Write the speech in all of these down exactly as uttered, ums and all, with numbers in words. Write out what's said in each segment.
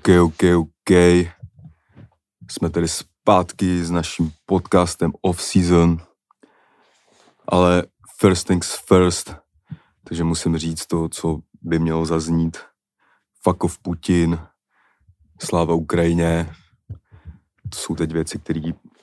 OK, OK, OK. Jsme tady zpátky s naším podcastem Off Season. Ale first things first. Takže musím říct to, co by mělo zaznít. Fuck off Putin. Sláva Ukrajině. To jsou teď věci, které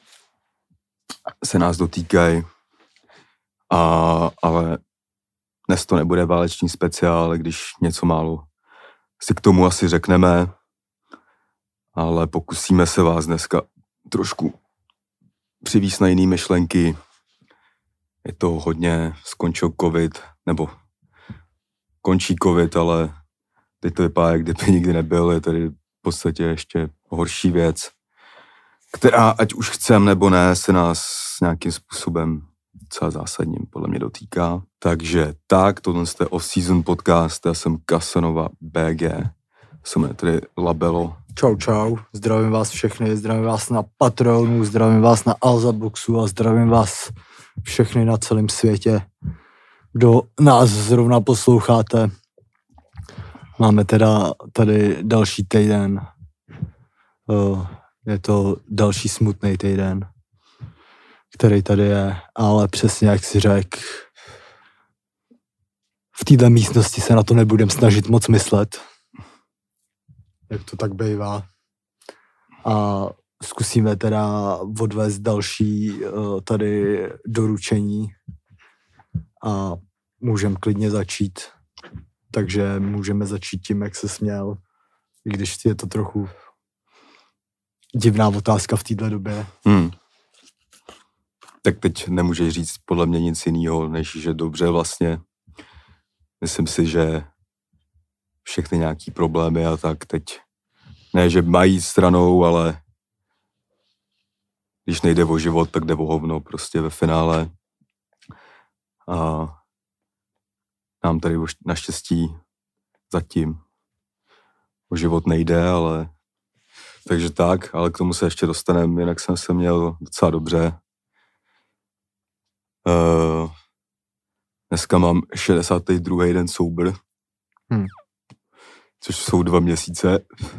se nás dotýkají. A, ale dnes to nebude váleční speciál, když něco málo si k tomu asi řekneme. Ale pokusíme se vás dneska trošku přivízt na jiný myšlenky. Je to hodně, skončil covid, nebo končí covid, ale teď to vypadá, jak kdyby nikdy nebyl. Je tady v podstatě ještě horší věc, která, ať už chcem nebo ne, se nás nějakým způsobem docela zásadním podle mě dotýká. Takže tak, tohle je off-season podcast, já jsem Casanova bé gé, jsem tady Labelo. Čau, čau, zdravím vás všechny, zdravím vás na Patronu, zdravím vás na Alzaboxu a zdravím vás všechny na celém světě, kdo nás zrovna posloucháte. Máme teda tady další týden, je to další smutný týden, který tady je, ale přesně jak si řekl, v této místnosti se na to nebudem snažit moc myslet, jak to tak bývá. A zkusíme teda odvést další tady doručení a můžeme klidně začít. Takže můžeme začít tím, jak se směl, i když je to trochu divná otázka v této době. Hmm. Tak teď nemůžeš říct podle mě nic jiného, než že dobře vlastně. Myslím si, že všechny nějaký problémy a tak teď ne, že mají stranou, ale když nejde o život, tak jde o hovno prostě ve finále. A nám tady už naštěstí zatím o život nejde, ale takže tak, ale k tomu se ještě dostaneme, jinak jsem se měl docela dobře. Uh, dneska mám šedesátý druhý den sober, hmm. což jsou dva měsíce.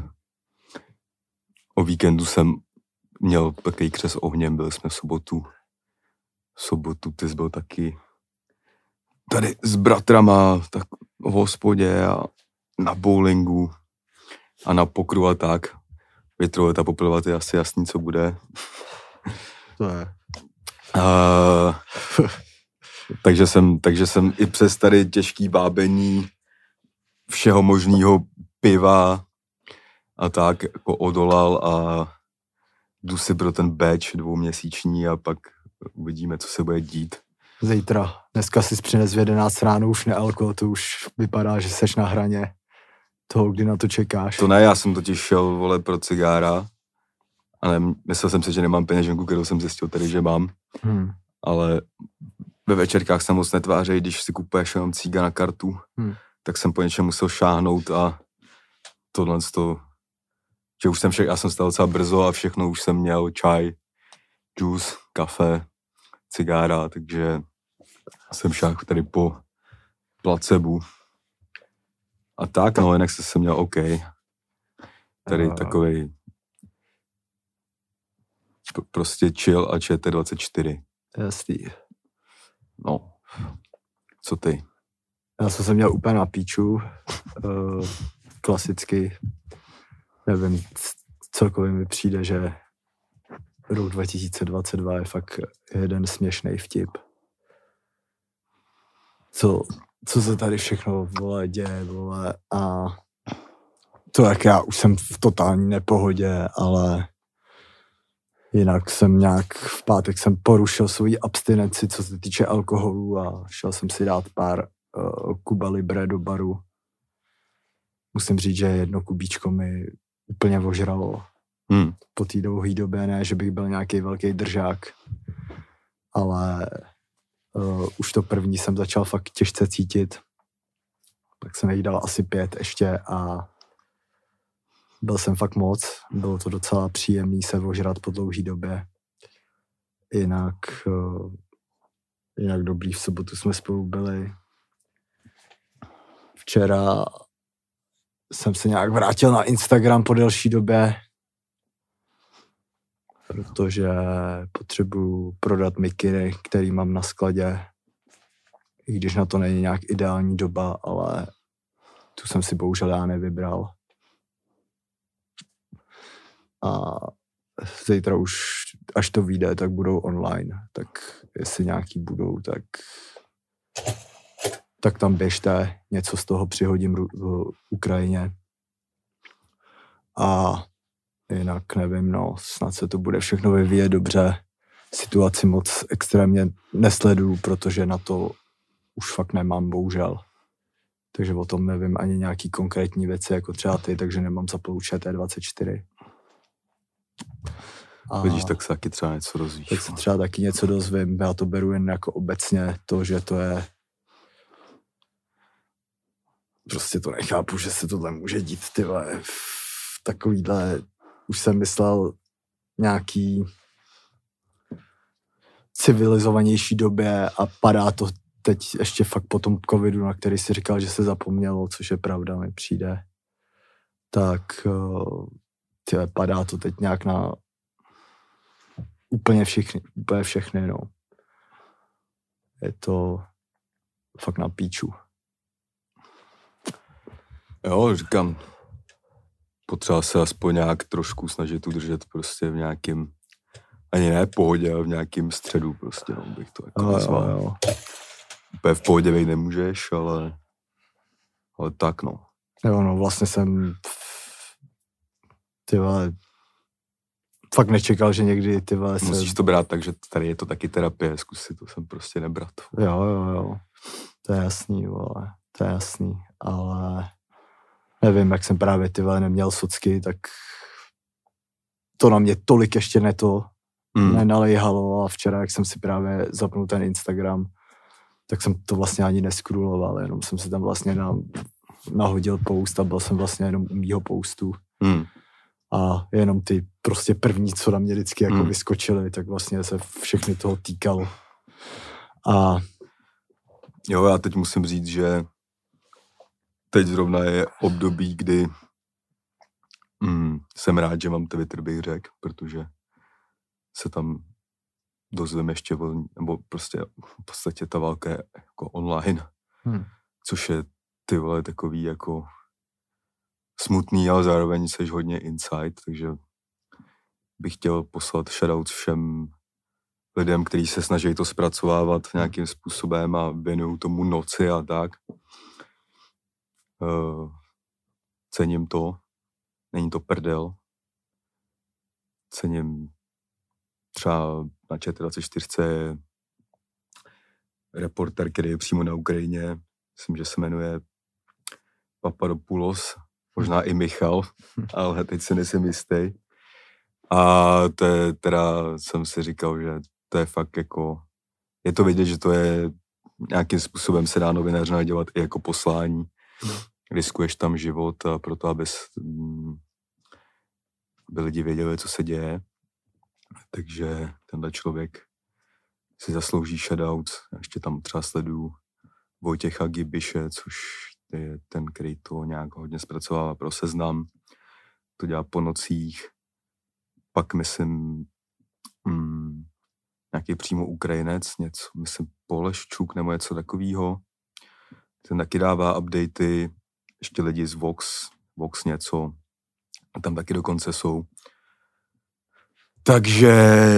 O víkendu jsem měl takový křes ohněm, byli jsme v sobotu. V sobotu ty jsi byl taky tady s bratrama tak v hospodě a na bowlingu a na pokru a tak. Větroveta popilovat je asi jasný, co bude. To je. Uh, takže, jsem, takže jsem i přes tady těžký bábení všeho možného piva a tak jako odolal a jdu si pro ten batch dvouměsíční a pak uvidíme, co se bude dít. Zítra. Dneska jsi přines v jedenáct ráno, už nealko, to už vypadá, že seš na hraně toho, kdy na to čekáš. To ne, já jsem totiž šel, vole, pro cigára a ne, myslel jsem si, že nemám peněženku, kterou jsem zjistil tady, že mám. Hmm. Ale ve večerkách se moc netvářejí, když si kupuješ jenom cíga na kartu, hmm. tak jsem po něčem musel šáhnout a tohle to, že už jsem však, já jsem stál docela brzo a všechno už jsem měl, čaj, džus, kafe, cigára, takže jsem šel tady po placebu. A tak, no, jinak jsem měl OK. Tady uh. takovej prostě chill a ČT dvacet čtyři. Jasný. No, co ty? Já jsem se měl úplně na píču, uh, klasicky, nevím, celkově mi přijde, že rok dva tisíce dvacet dva je fakt jeden směšný vtip. Co, co se tady všechno, vole, děje, vole, a to, jak já už jsem v totální nepohodě, ale jinak jsem nějak v pátek jsem porušil svoji abstinenci, co se týče alkoholu a šel jsem si dát pár uh, Cuba Libre do baru. Musím říct, že jedno kubíčko mi úplně ožralo. Hmm. Po té dlouhé době, ne, že bych byl nějaký velký držák, ale uh, už to první jsem začal fakt těžce cítit. Tak jsem jich dal asi pět ještě a byl jsem fakt moc. Bylo to docela příjemný se ožrat po dlouhé době. Jinak, uh, jinak dobrý, v sobotu jsme spolu byli. Včera jsem se nějak vrátil na Instagram po delší době, protože potřebuju prodat mikiny, který mám na skladě, i když na to není nějak ideální doba, ale tu jsem si bohužel já nevybral. A zítra už, až to vyjde, tak budou online, tak jestli nějaký budou, tak tak tam běžte, něco z toho přihodím v Ukrajině. A jinak nevím, no, snad se to bude všechno vyvíjet dobře. Situaci moc extrémně nesleduju, protože na to už fakt nemám, bohužel. Takže o tom nevím ani nějaký konkrétní věci, jako třeba ty, takže nemám zapnout Č T dvacet čtyři. A vidíš, tak se taky třeba něco dozvíš. Tak se třeba taky něco dozvím. Já to beru jen jako obecně, to, že to je prostě to nechápu, že se tohle může dít, ty vole, v takovýhle, už jsem myslel, nějaký civilizovanější době a padá to teď ještě fakt po tom covidu, na který si říkal, že se zapomnělo, což je pravda, mi přijde. Tak tyhle, padá to teď nějak na úplně všechny, úplně všechny, no. Je to fakt na píču. Jo, říkám, potřeba se aspoň nějak trošku snažit udržet prostě v nějakým, ani ne pohodě, ale v nějakým středu prostě, no, bych to jako nazval. Jo, jo. Úplně v pohodě vejít nemůžeš, ale, ale tak, no. Jo, no, vlastně jsem ty vole, fakt nečekal, že někdy ty vole se... Musíš to brát tak, že tady je to taky terapie, zkus si to sem prostě nebrat. Jo, jo, jo, to je jasný, vole, to je jasný, ale nevím, jak jsem právě ty vole neměl socky, tak to na mě tolik ještě neto mm. nenalejhalo a včera, jak jsem si právě zapnul ten Instagram, tak jsem to vlastně ani neskruloval, jenom jsem si tam vlastně na, nahodil post a byl jsem vlastně jenom u mýho postu. Mm. A jenom ty prostě první, co na mě vždycky jako mm. vyskočily, tak vlastně se všechny toho týkalo. A jo, já teď musím říct, že teď zrovna je období, kdy mm, jsem rád, že mám Twitter, bych řekl, protože se tam dozvím ještě, nebo prostě v podstatě ta válka je jako online, hmm. což je ty vole takový jako smutný, ale zároveň seš hodně inside, takže bych chtěl poslat shoutout všem lidem, kteří se snaží to zpracovávat nějakým způsobem a věnují tomu noci a tak. Uh, cením to, není to prdel. Cením třeba na Č T dvacet čtyři je reporter, který je přímo na Ukrajině, myslím, že se jmenuje Papadopoulos, možná i Michal, ale teď si nejsem jistý. A to je, teda jsem si říkal, že to je fakt jako, je to vidět, že to je nějakým způsobem se dá novinářina dělat i jako poslání. Hmm. Riskuješ tam život a proto, abys, aby lidi věděli, co se děje. Takže tenhle člověk si zaslouží shoutout. Ještě tam třeba sleduju Vojtěcha Gibiše, což je ten, který to nějak hodně zpracovává pro Seznam. To dělá po nocích. Pak myslím mm, nějaký přímo Ukrajinec, něco, myslím Poleščuk nebo něco takového. Ten taky dává updaty, ještě lidi z Vox, Vox něco, a tam taky dokonce jsou. Takže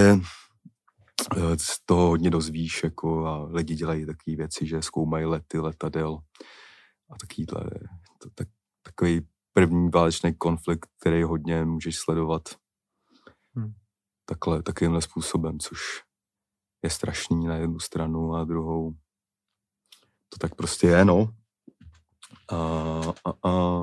z toho hodně dozvíš, jako, a lidi dělají takové věci, že zkoumají lety letadel a takovýhle, to, tak, takový první válečný konflikt, který hodně můžeš sledovat hmm. takhle, takovýmhle způsobem, což je strašný na jednu stranu a druhou. To tak prostě je, no. A, a, a,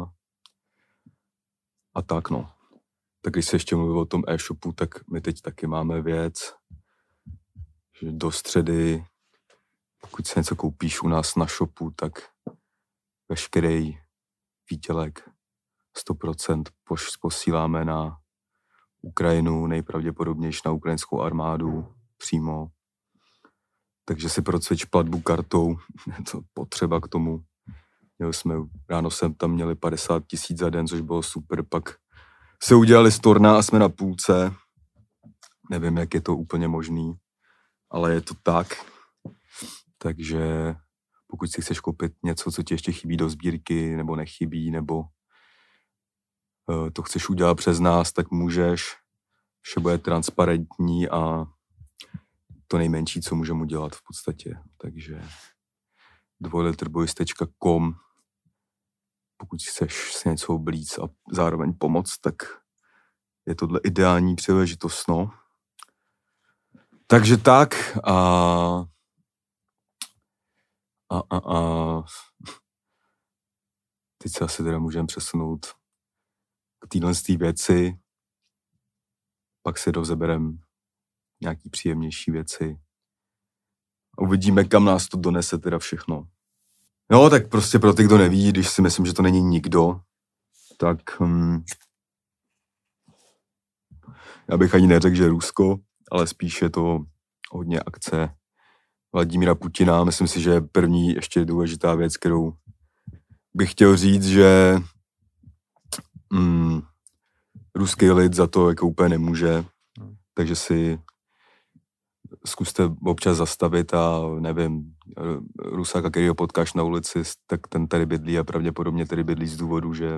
a tak, no. Tak když se ještě mluví o tom e-shopu, tak my teď taky máme věc, že do středy, pokud se něco koupíš u nás na shopu, tak veškerý výdělek sto procent posíláme na Ukrajinu, nejpravděpodobnější na ukrajinskou armádu přímo. Takže si procvič platbu kartou, je to potřeba k tomu. Jo, jsme ráno jsem tam měli padesát tisíc za den, což bylo super, pak se udělali storna a jsme na půlce. Nevím, jak je to úplně možný, ale je to tak. Takže pokud si chceš koupit něco, co ti ještě chybí do sbírky, nebo nechybí, nebo uh, to chceš udělat přes nás, tak můžeš. Vše bude transparentní a to nejmenší, co můžeme udělat v podstatě. Takže dvojliterboys tečka com, pokud chceš si něco oblíct a zároveň pomoct, tak je tohle ideální příležitost, no. Takže tak a a a a teď se asi teda můžeme přesunout k téhle věci, pak se rozeberem nějaký příjemnější věci. Uvidíme, kam nás to donese teda všechno. No, tak prostě pro ty, kdo neví, když si myslím, že to není nikdo, tak hm, já bych ani neřekl, že Rusko, ale spíš je to hodně akce Vladimíra Putina. Myslím si, že první ještě důležitá věc, kterou bych chtěl říct, že hm, ruský lid za to jako úplně nemůže, takže si zkuste občas zastavit a nevím, Rusáka, který ho potkáš na ulici, tak ten tady bydlí a pravděpodobně tady bydlí z důvodu, že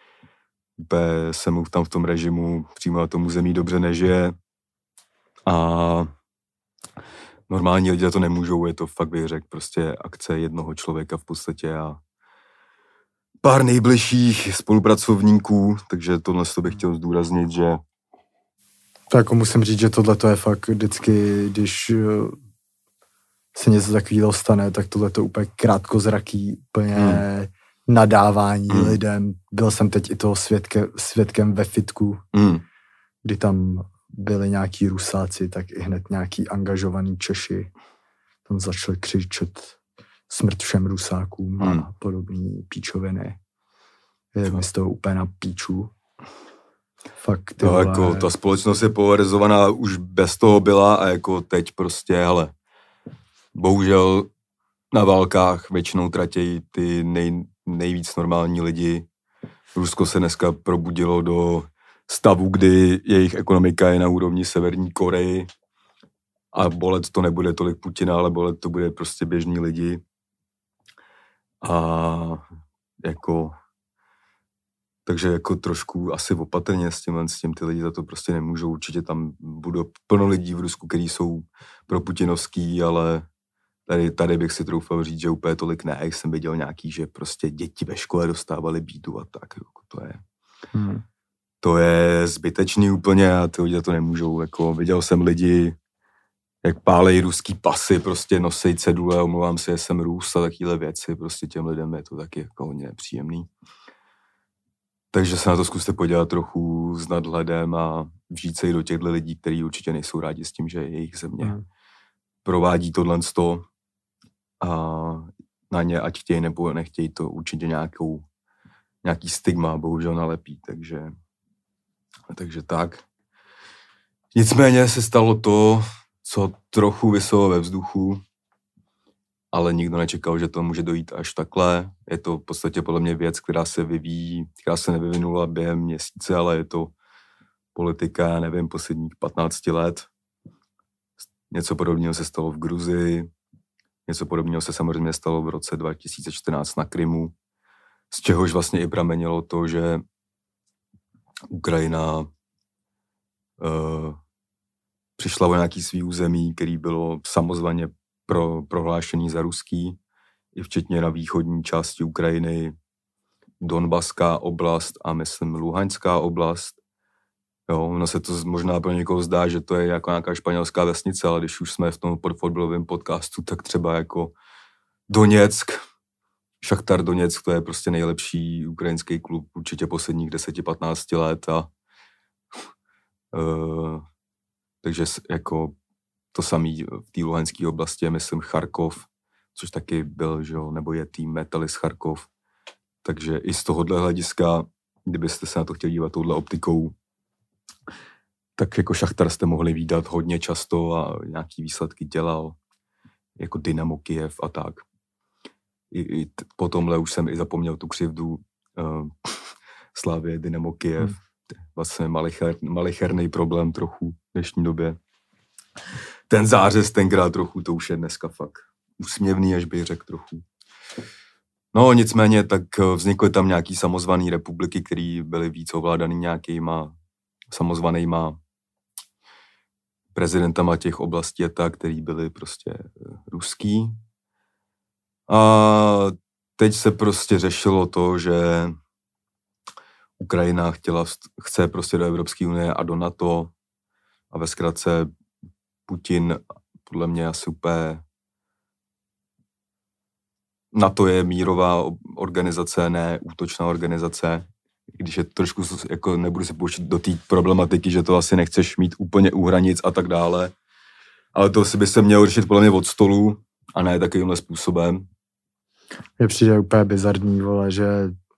se mu tam v tom režimu přímo na tom území dobře nežije a normální lidé to nemůžou, je to fakt bych řekl prostě akce jednoho člověka v podstatě a pár nejbližších spolupracovníků, takže tohle bych chtěl zdůraznit, že to jako musím říct, že tohle je fakt vždycky, když se něco takového stane, tak tohle je úplně krátkozraký, úplně hmm. nadávání hmm. lidem. Byl jsem teď i toho svědke, svědkem ve fitku, hmm. kdy tam byli nějaký Rusáci, tak i hned nějaký angažovaný Češi tam začali křičet smrt všem Rusákům hmm. a podobný píčoviny. Je mi z toho úplně na píču. Fakt, no, jako ta společnost je polarizovaná, už bez toho byla a jako teď prostě, hele, bohužel na válkách většinou tratějí ty nej, nejvíc normální lidi. Rusko se dneska probudilo do stavu, kdy jejich ekonomika je na úrovni Severní Koreji a bolet to nebude tolik Putina, ale bolet to bude prostě běžní lidi. A jako takže jako trošku asi opatrně s tím, s tím ty lidi za to prostě nemůžou. Určitě tam budou plno lidí v Rusku, kteří jsou pro putinovský, ale tady, tady bych si troufal říct, že úplně tolik ne. Jak jsem viděl nějaký, že prostě děti ve škole dostávaly bídu a tak. Jako to je hmm. to je zbytečný úplně a ty lidi to nemůžou. Jako viděl jsem lidi, jak pálejí ruský pasy, prostě nosej cedule, omlouvám se, jsem Rus a takovéhle věci. Prostě těm lidem je to taky jako hodně nepříjemný. Takže se na to zkuste podívat trochu s nadhledem a vžít se i do těchto lidí, kteří určitě nejsou rádi s tím, že jejich země mm. provádí tohle sto a na ně, ať chtějí nebo nechtějí, to určitě nějakou, nějaký stigma bohužel nalepí, takže, takže tak. Nicméně se stalo to, co trochu viselo ve vzduchu, ale nikdo nečekal, že to může dojít až takhle. Je to v podstatě podle mě věc, která se vyvíjí, která se nevyvinula během měsíce, ale je to politika, já nevím, posledních patnáct let. Něco podobného se stalo v Gruzii, něco podobného se samozřejmě stalo v roce dva tisíce čtrnáct na Krymu, z čehož vlastně i pramenilo to, že Ukrajina uh, přišla o nějaký svý území, který bylo samozvaně pro prohlášení za ruský, i včetně na východní části Ukrajiny, Donbaská oblast a myslím Luhanská oblast. Jo, ono se to možná pro někoho zdá, že to je jako nějaká španělská vesnice, ale když už jsme v tom fotbalovém podcastu, tak třeba jako Doněck, Šachtar Doněck, to je prostě nejlepší ukrajinský klub určitě posledních deset patnáct let a uh, takže jako to samý v té Luhanské oblasti je, myslím, Charkov, což taky byl, že jo, nebo je tým Metalis Charkov. Takže i z tohohle hlediska, kdybyste se na to chtěli dívat touhle optikou, tak jako Šachtar jste mohli vídat hodně často a nějaký výsledky dělal, jako Dynamo Kyjev a tak. i, i t- po tomhle už jsem i zapomněl tu křivdu uh, Slavie, Dynamo Kyjev. Hmm. Vlastně malicher, malicherný problém trochu v dnešní době. Ten zářez tenkrát trochu, to už je dneska fakt úsměvný, až bych řekl trochu. No nicméně, tak vznikly tam nějaký samozvaný republiky, které byly víc ovládaný nějakýma samozvanýma prezidentama těch oblastí a tak, který byly prostě ruský. A teď se prostě řešilo to, že Ukrajina chtěla, chce prostě do Evropské unie a do NATO a ve zkratce Putin podle mě asi úplně NATO je mírová organizace, ne útočná organizace. Když je trošku, jako nebudu se pouštět do té problematiky, že to asi nechceš mít úplně u hranic a tak dále. Ale to si by se mělo řešit podle mě od stolu a ne takovýmhle způsobem. Mně přijde úplně bizarní, vole, že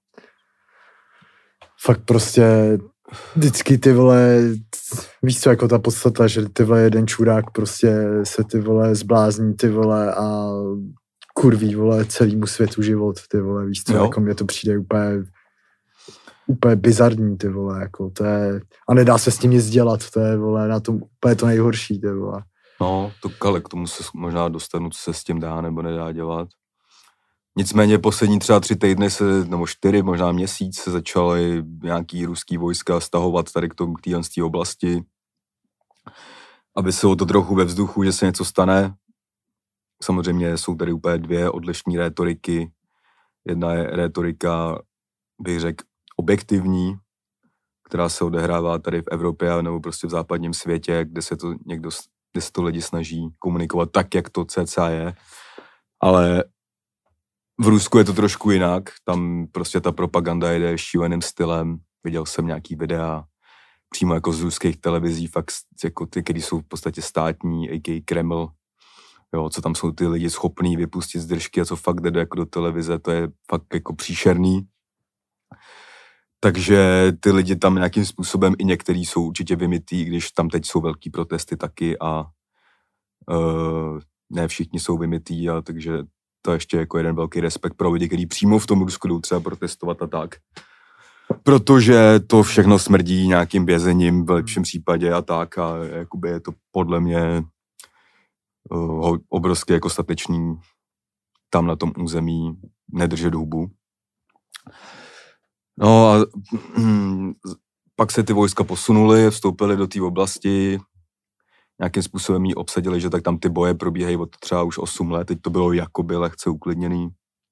fakt prostě vždycky ty vole, víš co, jako ta podstata, že ty vole jeden čurák prostě se ty vole zblázní ty vole a kurví vole celému světu život, ty vole, víš co, jo. Jako mně to přijde úplně úplně bizarní, ty vole, jako to je, a nedá se s tím nic dělat, to je, vole, na tom úplně to nejhorší, ty vole. No, to ale k tomu se možná dostanu, co se s tím dá nebo nedá dělat. Nicméně poslední třeba tři týdny se, nebo čtyři, možná měsíc se začaly nějaký ruský vojska stahovat tady k tomu, k téhle oblasti, aby se o to trochu ve vzduchu, že se něco stane. Samozřejmě jsou tady úplně dvě odlišné rétoriky. Jedna je rétorika, bych řekl, objektivní, která se odehrává tady v Evropě nebo prostě v západním světě, kde se to někdo, kde se to lidi snaží komunikovat tak, jak to cca je. Ale v Rusku je to trošku jinak, tam prostě ta propaganda jde šíleným stylem. Viděl jsem nějaký videa přímo jako z ruských televizí, fakt jako ty, který jsou v podstatě státní, a ká a Kreml, jo, co tam jsou ty lidi schopní vypustit z držky a co fakt jde jako do televize, to je fakt jako příšerný. Takže ty lidi tam nějakým způsobem, i některý jsou určitě vymytý, když tam teď jsou velký protesty taky a uh, ne všichni jsou vymytý, a takže to ještě jako jeden velký respekt pro lidi, kteří přímo v tom Rusku jdou třeba protestovat a tak. Protože to všechno smrdí nějakým vězením v lepším případě a tak a jakoby je to podle mě uh, obrovsky jako statečný tam na tom území nedržet hubu. No a hm, pak se ty vojska posunuly, vstoupily do té oblasti, nějakým způsobem jí obsadili, že tak tam ty boje probíhají od třeba už osm let, teď to bylo jakoby lehce uklidněný.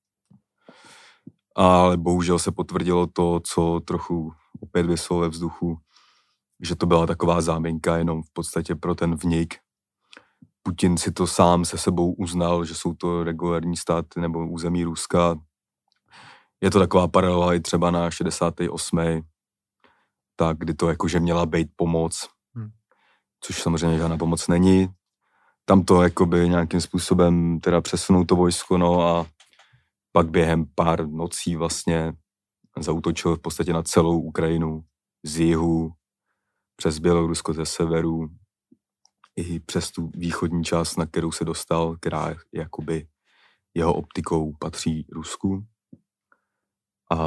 Ale bohužel se potvrdilo to, co trochu opět viselo ve vzduchu, že to byla taková záminka jenom v podstatě pro ten vnik. Putin si to sám se sebou uznal, že jsou to regulární státy nebo území Ruska. Je to taková paralela i třeba na šedesátém osmém tak kdy to jakože měla být pomoc, hmm. což samozřejmě žádná pomoc není. Tam to jakoby nějakým způsobem teda přesunou to vojsko, no a pak během pár nocí vlastně zaútočil v podstatě na celou Ukrajinu z jihu, přes Bělorusko ze severu, i přes tu východní část, na kterou se dostal, která jakoby jeho optikou patří Rusku. A,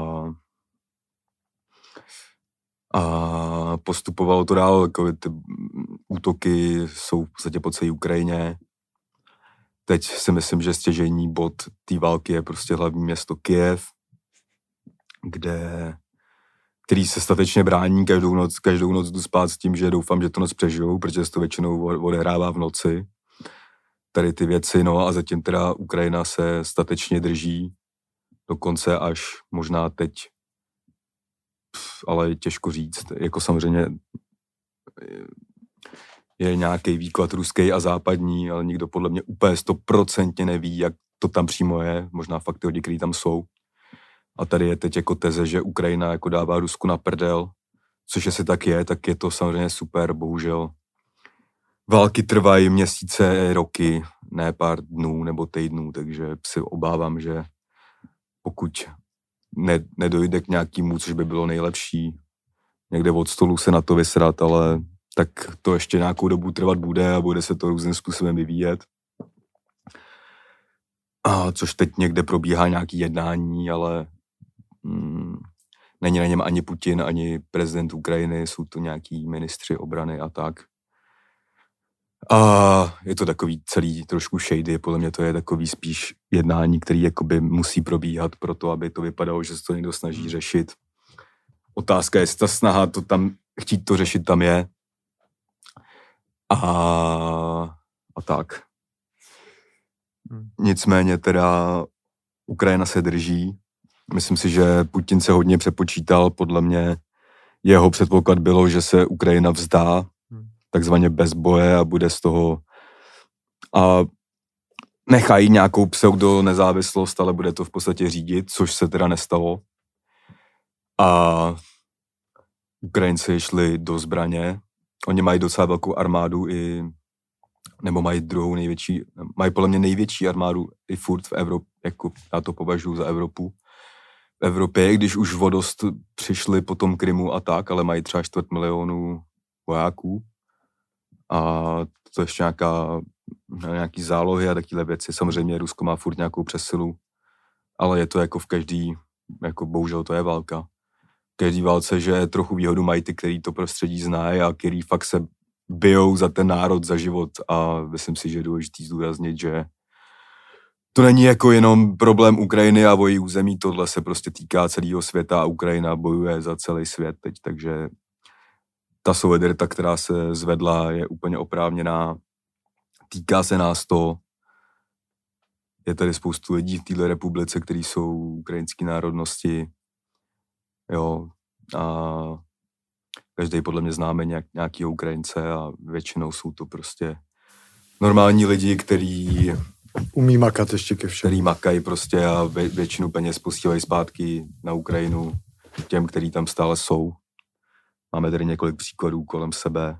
a postupovalo to dál, jako ty útoky jsou v podstatě po celé Ukrajině. Teď si myslím, že stěžejní bod té války je prostě hlavní město Kyjev, kde, který se statečně brání každou noc, každou noc jdu spát s tím, že doufám, že to noc přežijou, protože se to většinou odehrává v noci. Tady ty věci, no a zatím teda Ukrajina se statečně drží, dokonce až možná teď, ale těžko říct, jako samozřejmě je nějaký výklad ruský a západní, ale nikdo podle mě úplně stoprocentně neví, jak to tam přímo je, možná fakt ty lidi, kteří tam jsou. A tady je teď jako teze, že Ukrajina jako dává Rusku na prdel, což jestli tak je, tak je to samozřejmě super, bohužel. Války trvají měsíce, roky, ne pár dnů nebo týdnů, takže si obávám, že pokud ne, nedojde k nějakému, což by bylo nejlepší, někde od stolu se na to vysrat, ale tak to ještě nějakou dobu trvat bude a bude se to různým způsobem vyvíjet. a což teď někde probíhá nějaký jednání, ale mm, není na něm ani Putin, ani prezident Ukrajiny, jsou to nějaký ministři obrany a tak. A je to takový celý trošku shady, podle mě to je takový spíš jednání, který jakoby musí probíhat pro to, aby to vypadalo, že se to někdo snaží řešit. Otázka je, jestli ta snaha to tam, chtít to řešit tam je. A, a tak. Nicméně teda Ukrajina se drží. Myslím si, že Putin se hodně přepočítal. Podle mě jeho předpoklad bylo, že se Ukrajina vzdá takzvaně bez boje a bude z toho a nechají nějakou pseudo nezávislost, ale bude to v podstatě řídit, což se teda nestalo. A Ukrajinci šli do zbraně. Oni mají docela velkou armádu i, nebo mají druhou největší, mají podle mě největší armádu i furt v Evropě, jako já to považuji za Evropu. V Evropě, když už vodost přišli po tom Krymu a tak, ale mají třeba čtvrt milionu vojáků. A to ještě nějaká, nějaký zálohy a takové věci. Samozřejmě Rusko má furt nějakou přesilu, ale je to jako v každý, jako bohužel to je válka. V každý válce, že trochu výhodu mají ty, který to prostředí znají a který fakt se bijou za ten národ, za život a myslím si, že je důležitý zdůraznit, že to není jako jenom problém Ukrajiny a vojí území, tohle se prostě týká celého světa a Ukrajina bojuje za celý svět teď, takže ta solidarita, která se zvedla, je úplně oprávněná. Týká se nás to. Je tady spoustu lidí v této republice, kteří jsou ukrajinské národnosti. Jo. A každý podle mě známe nějak, nějakýho Ukrajince a většinou jsou to prostě normální lidi, kteří umí makat ještě ke všem. Který makají prostě a vě, většinu peněz posílají zpátky na Ukrajinu těm, kteří tam stále jsou. Máme tady několik příkladů kolem sebe,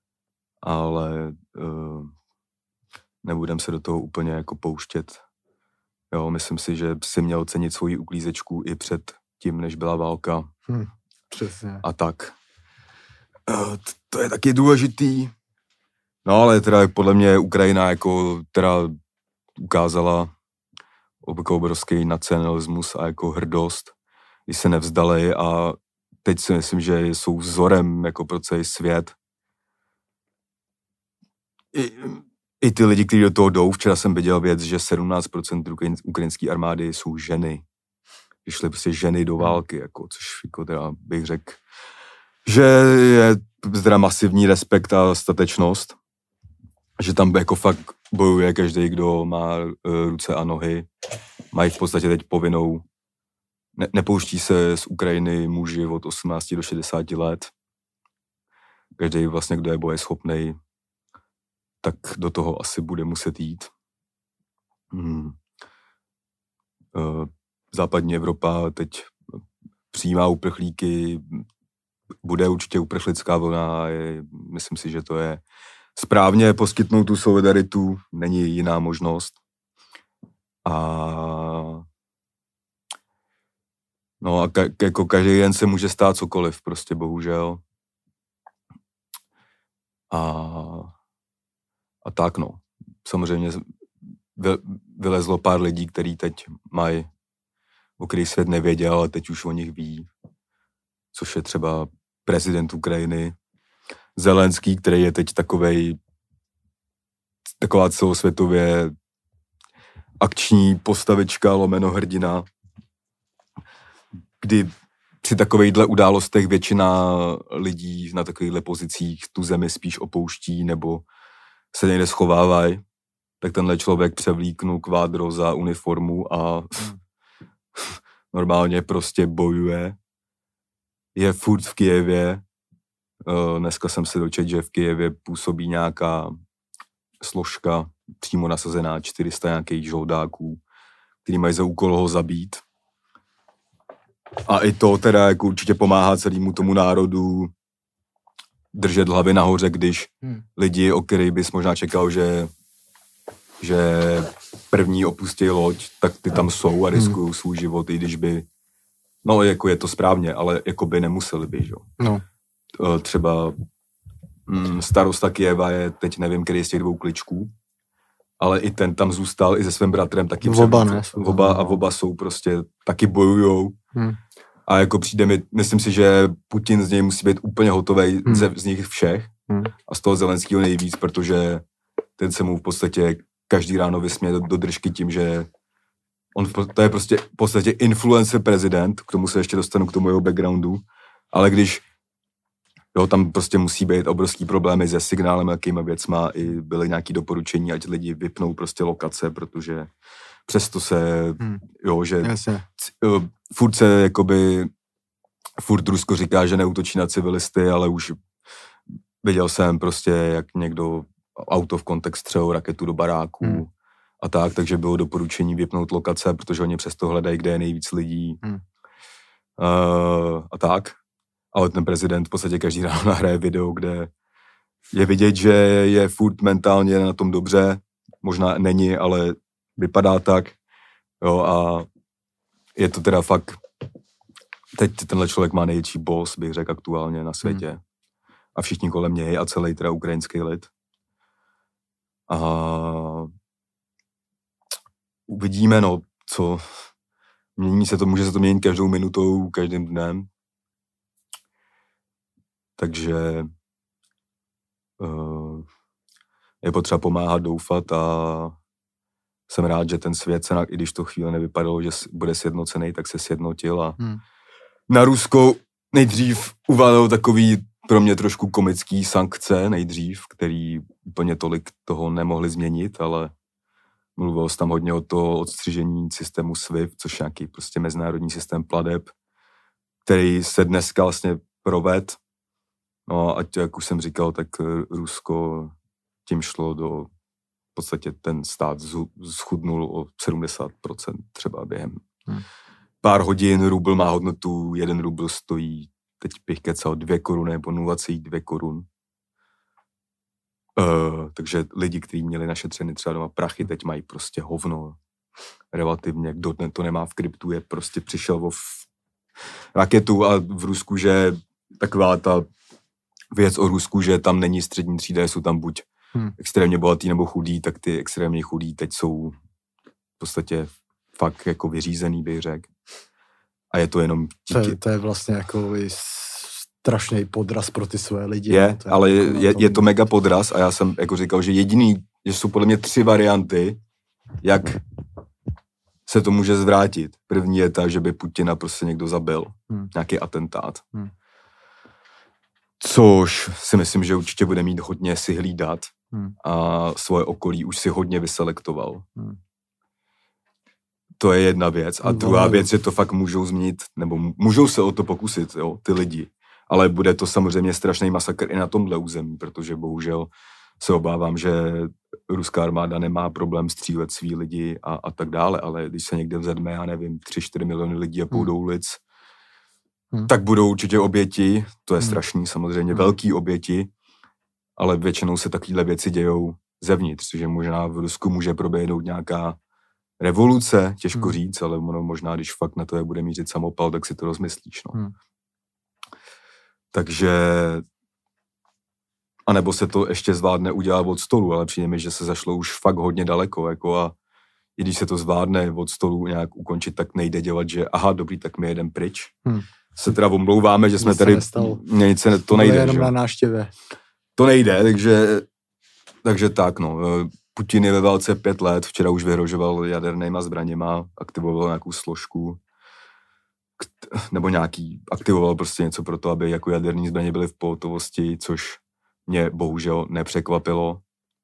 ale uh, nebudem se do toho úplně jako pouštět. Jo, myslím si, že si měl cenit svoji uklízečku i před tím, než byla válka. Hmm, přesně. A tak. Uh, to je taky důležitý. No ale teda podle mě Ukrajina jako teda ukázala obrovský nacionalismus a jako hrdost, když se nevzdali a teď si myslím, že jsou vzorem jako pro celý svět. I, i ty lidi, kteří do toho jdou, včera jsem viděl věc, že sedmnáct procent ukrajinské armády jsou ženy. Vyšly prostě ženy do války, jako, což jako teda bych řekl, že je teda masivní respekt a statečnost, že tam jako fakt bojuje každý, kdo má uh, ruce a nohy. Mají v podstatě teď povinnou Ne, nepouští se z Ukrajiny muži od osmnácti do šedesáti let. Každý vlastně, kdo je bojeschopnej, tak do toho asi bude muset jít. Hmm. Západní Evropa teď přijímá uprchlíky, bude určitě uprchlická vlna, je, myslím si, že to je správně poskytnout tu solidaritu, není jiná možnost. A No a ka- jako každý den se může stát cokoliv, prostě bohužel. A, a tak no. Samozřejmě vy, vylezlo pár lidí, kteří teď mají, o kterých svět nevěděl, ale teď už o nich ví. Což je třeba prezident Ukrajiny, Zelenský, který je teď takovej, taková celosvětově akční postavička, lomeno hrdina, kdy při takovejhle událostech většina lidí na takovýchhle pozicích tu zemi spíš opouští nebo se někde schovávají, tak tenhle člověk převlíknul kvádro za uniformu a hmm. normálně prostě bojuje. Je furt v Kyjevě. Dneska jsem se dočetl, že v Kyjevě působí nějaká složka přímo nasazená, čtyři sta nějakých žoldáků, který mají za úkol ho zabít. A i to teda jako určitě pomáhá celému tomu národu držet hlavy nahoře, když hmm. lidi, o kterých bys možná čekal, že, že první opustí loď, tak ty tam jsou a riskují hmm. svůj život, i když by, no jako je to správně, ale jako by nemuseli by, jo. No. Třeba mm, starosta Kyjeva je, teď nevím, který z těch dvou kličků, ale i ten tam zůstal i se svým bratrem taky Oba ne. Oba a oba jsou prostě, taky bojujou. Hmm. A jako přijde mi, myslím si, že Putin z něj musí být úplně hotovej hmm. ze, z nich všech hmm. a z toho Zelenskýho nejvíc, protože ten se mu v podstatě každý ráno vysměje do, do držky tím, že on to je prostě v podstatě influencer prezident, k tomu se ještě dostanu, k tomu jeho backgroundu, ale když jo, tam prostě musí být obrovský problémy se signálem, jakýma věcma, i byly nějaké doporučení, ať lidi vypnou prostě lokace, protože přesto se, hmm. jo, že c, furt se jakoby, furt Rusko říká, že neútočí na civilisty, ale už viděl jsem prostě, jak někdo auto v kontext střelil raketu do baráku hmm. a tak, takže bylo doporučení vypnout lokace, protože oni přesto hledají, kde je nejvíc lidí hmm. uh, a tak. Ale ten prezident v podstatě každý ráno nahraje video, kde je vidět, že je furt mentálně na tom dobře, možná není, ale vypadá tak, jo, a je to teda fakt, teď tenhle člověk má největší boss, bych řekl, aktuálně na světě. Hmm. A všichni kolem něj a celý teda ukrajinský lid. A uvidíme, no, co, mění se to, může se to měnit každou minutou, každým dnem. Takže uh, je potřeba pomáhat, doufat a jsem rád, že ten svět se, i když to chvíli nevypadalo, že bude sjednocený, tak se sjednotil a hmm. na Rusko nejdřív uvalil takový pro mě trošku komický sankce nejdřív, který úplně tolik toho nemohli změnit, ale mluvil se tam hodně o to odstřižení systému SWIFT, což je nějaký prostě mezinárodní systém plateb, který se dneska vlastně proved. No a jak už jsem říkal, tak Rusko tím šlo do, v podstatě ten stát schudnul o sedmdesát procent třeba během hmm. pár hodin. Rubl má hodnotu, jeden rubl stojí, teď bych kecal, dvě koruny nebo nula celá dvě korun. Uh, takže lidi, kteří měli našetřeny třeba doma prachy, teď mají prostě hovno. Relativně, kdo to nemá v kryptu, je prostě přišel o raketu a v Rusku, že taková ta věc o Rusku, že tam není střední třída, jsou tam buď hmm. extrémně bohatý nebo chudý, tak ty extrémně chudý teď jsou v podstatě fakt jako vyřízený, bych řekl. A je to jenom díky... To je, to je vlastně jako strašný podraz pro ty své lidi. Je, no, to je ale je, je, je to mega podraz a já jsem jako říkal, že jediný, že jsou podle mě tři varianty, jak se to může zvrátit. První je ta, že by Putina prostě někdo zabil. Hmm. Nějaký atentát. Hmm. Což si myslím, že určitě bude mít hodně si hlídat hmm. a svoje okolí už si hodně vyselektoval. Hmm. To je jedna věc. A druhá no, věc, že to fakt můžou změnit, nebo můžou se o to pokusit, jo, ty lidi. Ale bude to samozřejmě strašný masakr i na tomhle území, protože bohužel se obávám, že ruská armáda nemá problém střílet svý lidi a, a tak dále, ale když se někde vzedme, já nevím, tři čtyři miliony lidí a půjdou hmm. ulic, hmm. tak budou určitě oběti, to je hmm. strašný samozřejmě, hmm. velký oběti, ale většinou se takovéhle věci dějou zevnitř, že možná v Rusku může proběhnout nějaká revoluce, těžko hmm. říct, ale ono možná, když fakt na to je bude mířit samopal, tak si to rozmyslíš, no. Hmm. Takže a nebo se to ještě zvládne udělat od stolu, ale přijde mi, že se zašlo už fakt hodně daleko, jako a i když se to zvládne od stolu nějak ukončit, tak nejde dělat, že aha, dobrý, tak my jedem pryč. Hmm. Se teda omlouváme, že jsme nic tady... Nestalo. Nic se ne, to nejde, jenom že? Na návštěvě. To nejde, takže, takže tak, no. Putin je ve válce pět let, včera už vyhrožoval jadernýma zbraněma, aktivoval nějakou složku, nebo nějaký, aktivoval prostě něco pro to, aby jako jaderní zbraně byly v pohotovosti, což mě bohužel nepřekvapilo.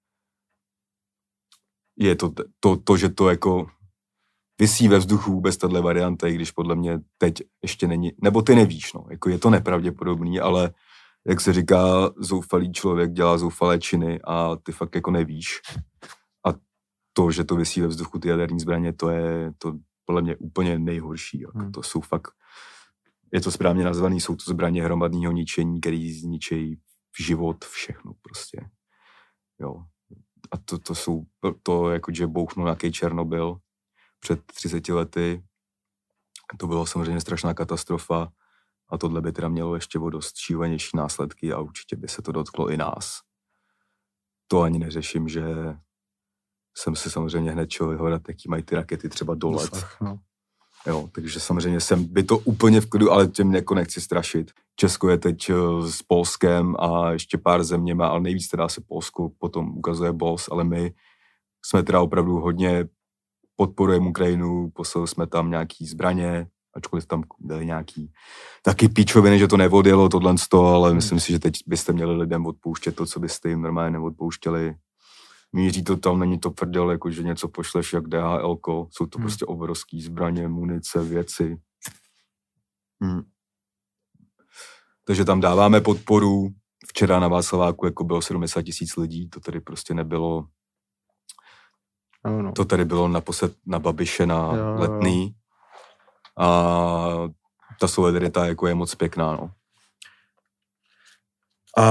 Je to, to, to, že to jako visí ve vzduchu vůbec tato varianta, i když podle mě teď ještě není, nebo ty nevíš, no, jako je to nepravděpodobný, ale jak se říká, zoufalý člověk dělá zoufalé činy a ty fakt jako nevíš. A to, že to visí ve vzduchu ty jaderní zbraně, to je to podle mě úplně nejhorší. Jako hmm. To jsou fakt, je to správně nazvaný, jsou to zbraně hromadného ničení, který zničejí život, všechno prostě. Jo. A to, to jsou, to jako, že bouchnul nějaký Černobyl před třiceti lety, to bylo samozřejmě strašná katastrofa a tohle by teda mělo ještě o dost šílenější následky a určitě by se to dotklo i nás. To ani neřeším, že jsem si samozřejmě hned čel vyhledat, jaký mají ty rakety třeba do let. Dosah, no. Jo, takže samozřejmě jsem by to úplně v klidu, ale tím jako nechci strašit. Česko je teď s Polskem a ještě pár zeměma, ale nejvíc teda se Polsko potom ukazuje boss, ale my jsme teda opravdu hodně podporujeme Ukrajinu, poslali jsme tam nějaký zbraně, ačkoliv tam byly nějaký taky píčoviny, že to neodjelo tohle z toho, ale hmm. myslím si, že teď byste měli lidem odpouštět to, co byste jim normálně neodpouštěli. Míří to tam, není to prdel, jako že něco pošleš jak D H L ko, jsou to hmm. prostě obrovský zbraně, munice, věci. Hmm. Takže tam dáváme podporu. Včera na Václaváku jako bylo sedmdesát tisíc lidí, to tady prostě nebylo. No, no. To tady bylo naposled na Babiše na jo, Letný. Jo. A ta solidarita jako je moc pěkná, no. A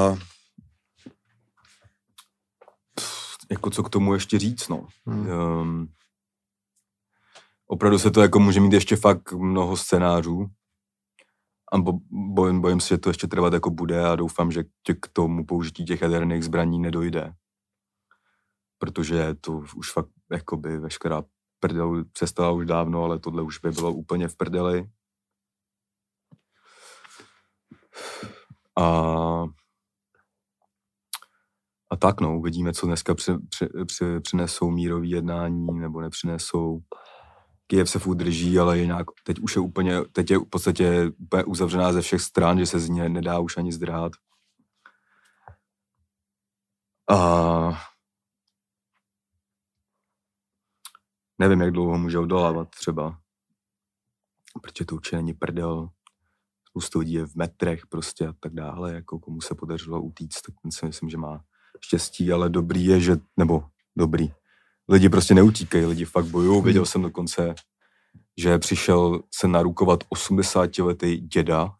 jako co k tomu ještě říct, no. Hmm. Um, opravdu se to jako může mít ještě fakt mnoho scénářů. A bo, bojím, bojím se, že to ještě trvat jako bude a doufám, že k tomu použití těch jaderných zbraní nedojde. Protože to už fakt jakoby veškerá prdel přestala už dávno, ale tohle už by bylo úplně v prdeli. A, a tak no, uvidíme, co dneska při, při, při, přinesou mírový jednání nebo nepřinesou. Kyjev se furt drží, ale jinak teď už je úplně, teď je v podstatě úplně uzavřená ze všech stran, že se z ní nedá už ani zdrát. A nevím, jak dlouho může odolávat třeba, protože to určitě není prdel. Spoustu lidí je v metrech prostě a tak dále, jako komu se podařilo utíct, tak si myslím, že má štěstí, ale dobrý je, že, nebo dobrý, lidi prostě neutíkají, lidi fakt bojují. Viděl jsem dokonce, že přišel se narukovat osmdesátiletý děda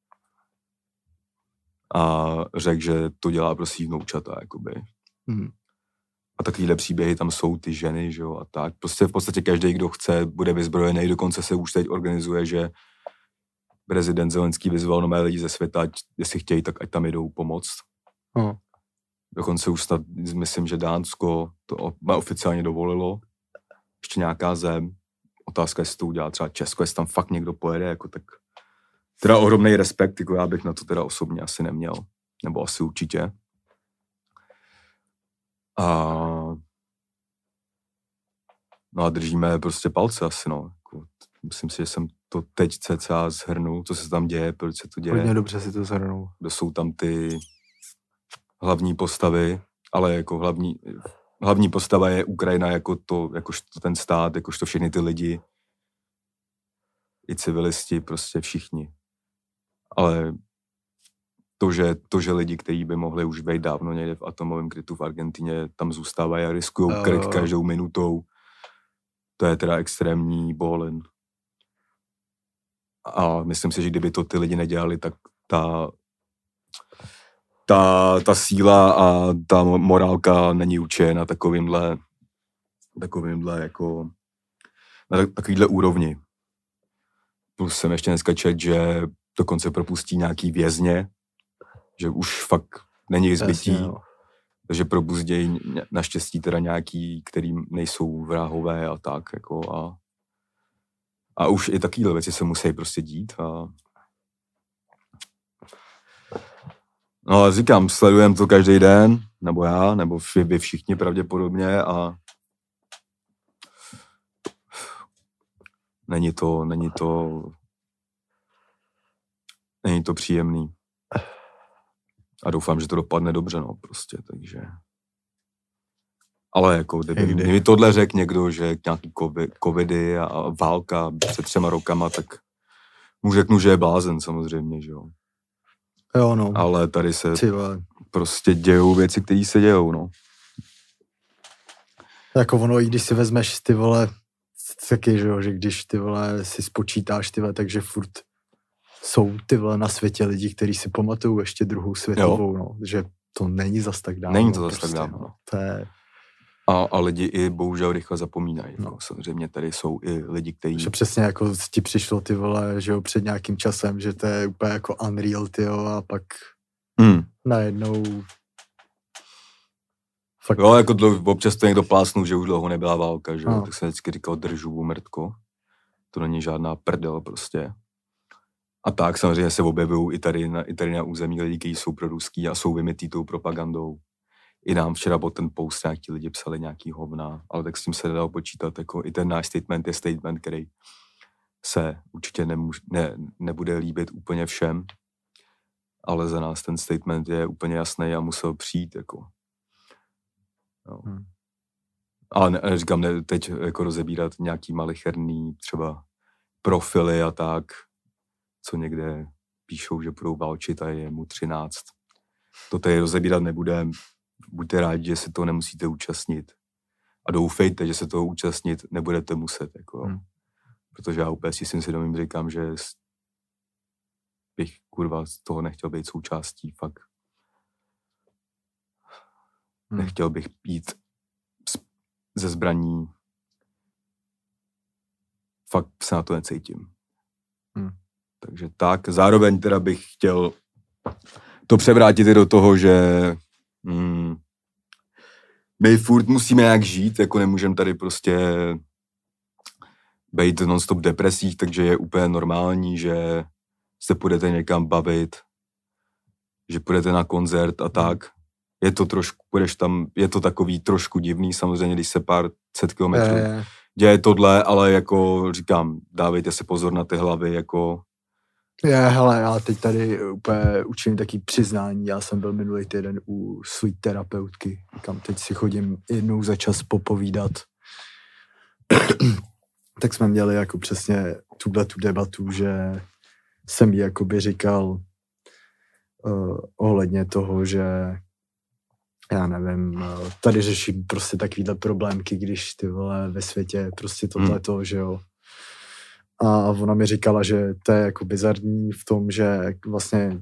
a řekl, že to dělá pro svý vnoučata, jakoby. Hmm. A takovýhle příběhy tam jsou ty ženy, že jo, a tak. Prostě v podstatě každý, kdo chce, bude vyzbrojený. Dokonce se už teď organizuje, že prezident Zelenský vyzval nové lidi ze světa, ať, jestli chtějí, tak ať tam jdou pomoct. Hmm. Dokonce už snad, myslím, že Dánsko to oficiálně dovolilo. Ještě nějaká zem. Otázka, jestli to udělá třeba Česko, jestli tam fakt někdo pojede, jako tak. Teda ohromný respekt, jako já bych na to teda osobně asi neměl. Nebo asi určitě. A no a držíme prostě palce asi, no. Jako, myslím si, že jsem to teď cca shrnul, co se tam děje, proč se to děje. Hodně dobře si to shrnul. Kdo jsou tam ty hlavní postavy, ale jako hlavní, hlavní postava je Ukrajina jako to, jakožto ten stát, jakožto všechny ty lidi, i civilisti, prostě všichni. Ale to, že, to, že lidi, kteří by mohli už být dávno někde v atomovém krytu v Argentině, tam zůstávají a riskují krk uh. každou minutou, to je teda extrémní bolin. A myslím si, že kdyby to ty lidi nedělali, tak ta Ta, ta síla a ta morálka není určitě na takovýmhle, takovýmhle jako, na takovýhle úrovni. Plus jsem ještě dneska četl, že dokonce propustí nějaký vězně, že už fakt není zbytí, Jasně, no. Takže propustějí naštěstí teda nějaký, který nejsou vrahové a tak, jako a, a už i takovýhle věci se musí prostě dít a no ale říkám, sledujeme to každý den, nebo já, nebo vy všichni pravděpodobně a není to, není to, není to příjemný. A doufám, že to dopadne dobře, no prostě, takže. Ale jako, kdyby, kdyby tohle řekl někdo, že nějaký covidy a válka před třema rokama, tak mu řeknu, že je blázen samozřejmě, že jo. Jo, no. Ale tady se prostě dějou věci, které se dějou, no. Jako ono, i když si vezmeš ty vole, taky, že jo, že když ty vole si spočítáš ty vole, takže furt jsou ty vole na světě lidi, kteří si pamatují ještě druhou světovou, jo. No. Že to není zas tak dávno. Není to zas prostě, tak dávno. No. To je... A, a lidi i bohužel rychle zapomínají. No. Samozřejmě tady jsou i lidi, kteří... Že přesně jako ti přišlo ty vole, že jo, před nějakým časem, že to je úplně jako unreal, tyjo, a pak mm. najednou Fakt. Jo, jako dlouho, občas to někdo plásnul, že už dlouho nebyla válka, že jo, No. tak jsem vždycky říkal držu, mrtko. To není žádná prdel prostě. A tak samozřejmě se objevují i tady na, i tady na území lidi, kteří jsou proruský a jsou vymitý tou propagandou. I nám včera byl ten post, nějaký lidi psali nějaký hovna, ale tak s tím se nedalo počítat, jako i ten náš statement je statement, který se určitě nemůž, ne, nebude líbit úplně všem, ale za nás ten statement je úplně jasný a musel přijít, jako. Jo. Hmm. Ale ne, neříkám, ne, teď jako rozebírat nějaký malicherný třeba profily a tak, co někde píšou, že budou válčit a je mu třináct. To tady rozebírat nebudem. Buďte rádi, že se toho nemusíte účastnit. A doufejte, že se toho účastnit nebudete muset. Jako. Hmm. Protože já úplně si tím svědomím říkám, že bych kurva z toho nechtěl být součástí. Fakt. Hmm. Nechtěl bych jít ze zbraní. Fakt se na to necítím. Hmm. Takže tak. Zároveň teda bych chtěl to převrátit i do toho, že hmm, my furt musíme nějak žít, jako nemůžeme tady prostě být non-stop depresích, takže je úplně normální, že se půjdete někam bavit, že půjdete na koncert a tak. Je to trošku, půjdeš tam, je to takový trošku divný, samozřejmě, když se pár set kilometrů je, je. děje tohle, ale jako říkám, dávejte si pozor na ty hlavy, jako. Je, hele, já teď tady úplně učím taky přiznání, já jsem byl minulý týden u své terapeutky, kam teď si chodím jednou za čas popovídat. Tak jsme měli jako přesně tuhle tu debatu, že jsem jí jakoby říkal uh, ohledně toho, že já nevím, tady řeším prostě takovýhle problémky, když ty vole ve světě prostě tohleto, hmm. že jo. A ona mi říkala, že to je jako bizarní v tom, že vlastně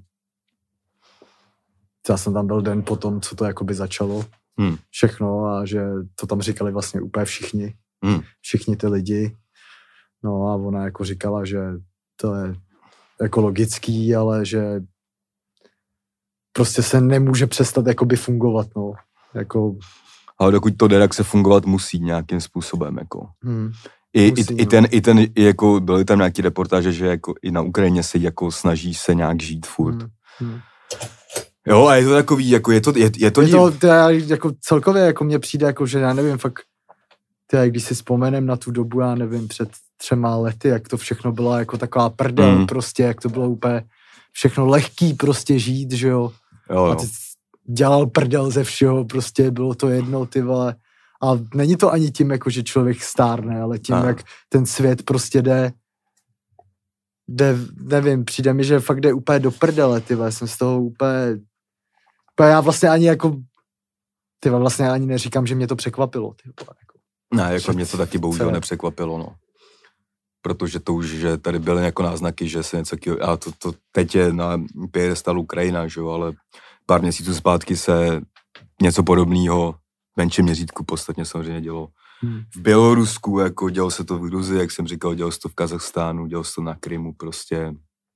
já jsem tam byl den po tom, co to jakoby začalo hmm. všechno a že to tam říkali vlastně úplně všichni, hmm. všichni ty lidi. No a ona jako říkala, že to je jako logický, ale že prostě se nemůže přestat jakoby fungovat, no. Jako. Ale dokud to jde, tak se fungovat musí nějakým způsobem, jako. Hmm. I, musí, i, i ten, i ten, i jako byly tam nějaké reportáže, že jako i na Ukrajině se jako snaží se nějak žít furt. Hmm. Hmm. Jo, a je to takový, jako je to, je, je to... Je to, to je, jako celkově, jako mně přijde, jako, že já nevím, fakt, tyhle, když si vzpomenem na tu dobu, já nevím, před třema lety, jak to všechno bylo jako taková prdel, hmm. prostě, jak to bylo úplně všechno lehký prostě žít, že jo. Jo, jo. A ty dělal prdel ze všeho, prostě bylo to jedno, ty vole. A není to ani tím, jako, že člověk stárne, ale tím, a. jak ten svět prostě jde, jde, nevím, přijde mi, že fakt jde úplně do prdele, ty vole, jsem z toho úplně, úplně já vlastně ani jako, ty vole, vlastně ani neříkám, že mě to překvapilo, ty vole, jako. Ne, jako mě to taky bohužel nepřekvapilo, no. Protože to už, že tady byly jako náznaky, že se něco, a to, to teď je na piedestalu Ukrajina, že jo, ale pár měsíců zpátky se něco podobného v menším měřítku podstatně samozřejmě dělo hmm. v Bělorusku, jako dělo se to v Gruzii, jak jsem říkal, dělo se to v Kazachstánu, dělo se to na Krymu, prostě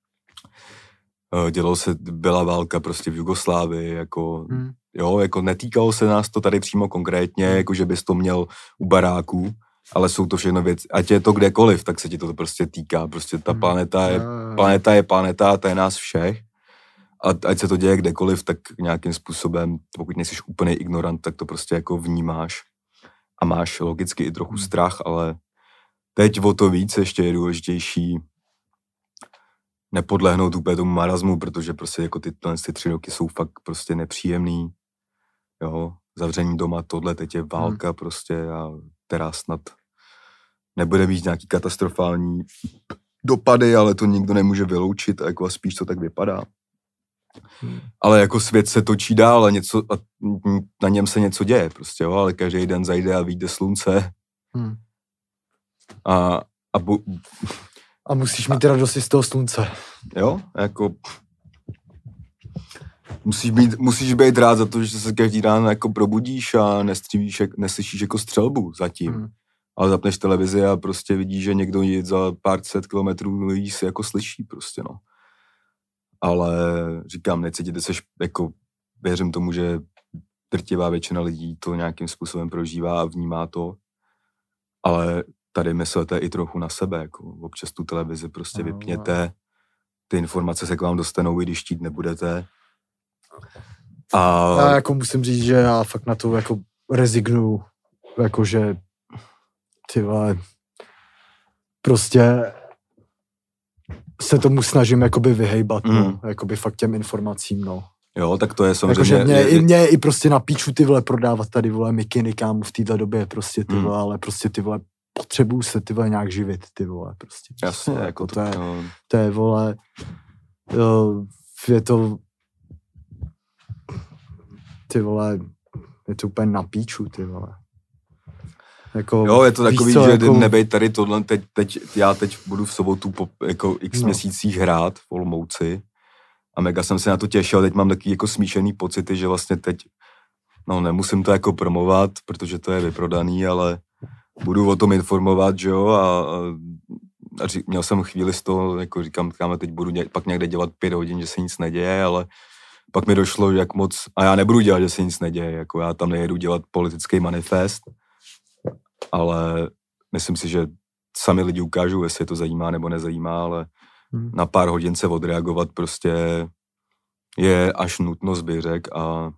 dělo se, byla válka prostě v Jugoslávii, jako, hmm. jo, jako netýkalo se nás to tady přímo konkrétně, jako že bys to měl u baráků, ale jsou to všechno věci, ať je to kdekoliv, tak se ti to prostě týká, prostě ta hmm. planeta je, planeta je planeta, ta je nás všech. A ať se to děje kdekoliv, tak nějakým způsobem, pokud nejsi úplný ignorant, tak to prostě jako vnímáš. A máš logicky i trochu strach, ale teď o to víc ještě je důležitější nepodlehnout úplně tomu marazmu, protože prostě jako ty, ty tři roky jsou fakt prostě nepříjemný. Jo, zavření doma, tohle, teď je válka hmm. prostě a teda snad nebude mít nějaký katastrofální dopady, ale to nikdo nemůže vyloučit a jako spíš to tak vypadá. Hmm. Ale jako svět se točí dál a, něco, a na něm se něco děje prostě, jo, ale každý den zajde a vyjde slunce. Hmm. A, a, bu, a musíš mít radost z toho slunce. Jo, jako musíš být, musíš být rád za to, že se každý ráno jako probudíš a nestřívíš, neslyšíš jako střelbu zatím. Hmm. Ale zapneš televizi a prostě vidíš, že někdo jde za pár set kilometrů lidí si jako slyší prostě, no. Ale říkám, necítíte se, jako věřím tomu, že drtivá většina lidí to nějakým způsobem prožívá a vnímá to, ale tady myslete i trochu na sebe, jako občas tu televizi prostě vypněte, ty informace se k vám dostanou, i když chtít nebudete. A... Já jako musím říct, že já fakt na to jako rezignuju, jakože ty vole, prostě se tomu snažím jakoby vyhejbat, mm. no, jakoby fakt těm informacím, no. Jo, tak to je samozřejmě... Jakože mě, je, i mě i prostě na píču ty vole prodávat tady vole mikiny, kámo, v této době prostě ty vole, mm. ale prostě ty vole potřebuju se ty vole nějak živit, ty vole, prostě. Jasně, prostě, jako to, to, je, no. to je vole, jo, je to ty vole, je to úplně na píču, ty vole. Jako, jo, je to takový, co, že jako... nebej tady tohle, teď, teď, já teď budu v sobotu po jako x no. měsících hrát v Olomouci a mega jsem se na to těšil, teď mám takový jako smíšený pocity, že vlastně teď, no nemusím to jako promovat, protože to je vyprodaný, ale budu o tom informovat, že jo, a, a ří, měl jsem chvíli z toho, jako říkám, říkáme, teď budu ně, pak někde dělat pět hodin, že se nic neděje, ale pak mi došlo, jak moc, a já nebudu dělat, že se nic neděje, jako já tam nejedu dělat politický manifest, ale myslím si, že sami lidi ukážou, jestli je to zajímá nebo nezajímá, ale hmm. na pár hodin se odreagovat prostě je až nutnost, bych řekl, a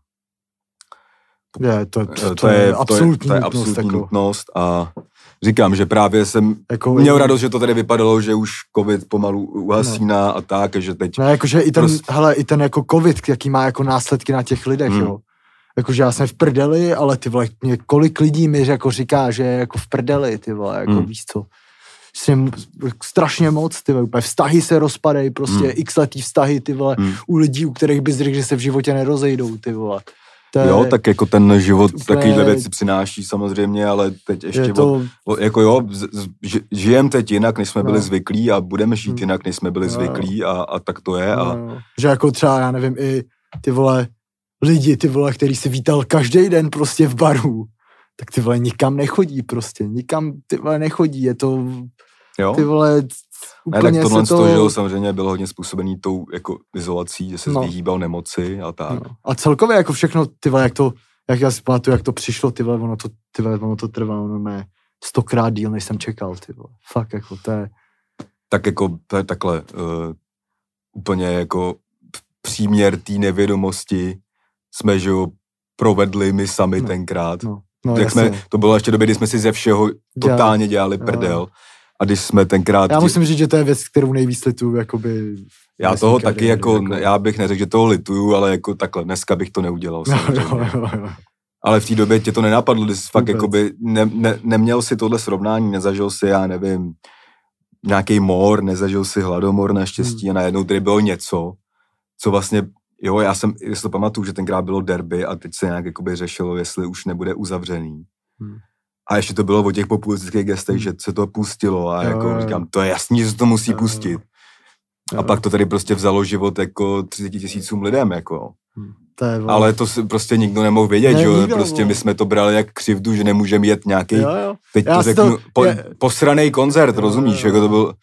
je, to, to, to, to, je, je absolutní to je, to je nutnost, absolutní jako. nutnost a říkám, že právě jsem jako, měl radost, že to tady vypadalo, že už covid pomalu uhasíná no. a tak, že teď... No, jakože i ten, prost... hele, i ten jako covid, jaký má jako následky na těch lidech, hmm. jo. Jakože já jsem v prdeli, ale ty vole, mě kolik lidí mi jako říká, že je jako v prdeli, ty vole, jako hmm. víš co. Jsem strašně moc, ty vole, úplně vztahy se rozpadají, prostě hmm. x letý vztahy, ty vole, hmm. u lidí, u kterých bys řekl, že se v životě nerozejdou, ty vole. Je, jo, tak jako ten život úplně, takovýhle věci přináší samozřejmě, ale teď ještě, to... o, jako jo, žijem teď jinak, než jsme no. byli zvyklí a budeme žít jinak, než jsme byli no. zvyklí a, a tak to je. A... No. Že jako třeba, já nevím, i ty vole, lidi, ty vole, který si vítal každý den prostě v baru, tak ty vole nikam nechodí prostě, nikam ty vole nechodí, je to, jo? ty vole, úplně ne, tak tohle se to... to, že jo, samozřejmě bylo hodně způsobený tou jako izolací, že se no. vyhýbal nemoci a tak. No. A celkově jako všechno, ty vole, jak to, jak já si pamatuju, jak to přišlo, ty vole, ono to, ty vole, ono to trvalo, ono mé stokrát díl, než jsem čekal, ty vole, fakt jako to je... Tak jako, to je takhle, uh, úplně jako příměr té nevědomosti jsme, že jo, provedli my sami no. tenkrát. No. No, jak jsme, to bylo ještě doby, kdy jsme si ze všeho totálně dělali prdel. Jo. A když jsme tenkrát... Já musím říct, že to je věc, kterou nejvíc lituju, jakoby... Já toho taky jako, jako, já bych neřekl, že toho lituju, ale jako takhle, dneska bych to neudělal. No, jo, jo, jo. Ale v té době tě to nenapadlo, když jsi fakt jakoby ne, ne, neměl si tohle srovnání, nezažil si, já nevím, nějaký mor, nezažil si hladomor naštěstí hmm. a najednou tady bylo něco, co vlastně, jo, já jsem, jestli to pamatuju, že tenkrát bylo derby a teď se nějak jakoby řešilo, jestli už nebude uzavřený. Hmm. A ještě to bylo o těch populistických gestech, hmm. že se to pustilo a jako jo, říkám, to je jasný, že se to musí jo, pustit. Jo. A pak to tady prostě vzalo život jako třicet tisícům lidem, jako. Hmm. To je, ale to si prostě nikdo nemohl vědět, ne, že jo, prostě my jsme to brali jak křivdu, že nemůžeme jet nějaký, jo, jo. teď já to řeknu, to, po, je... posranej koncert, jo, rozumíš, jo, jo. jako to byl...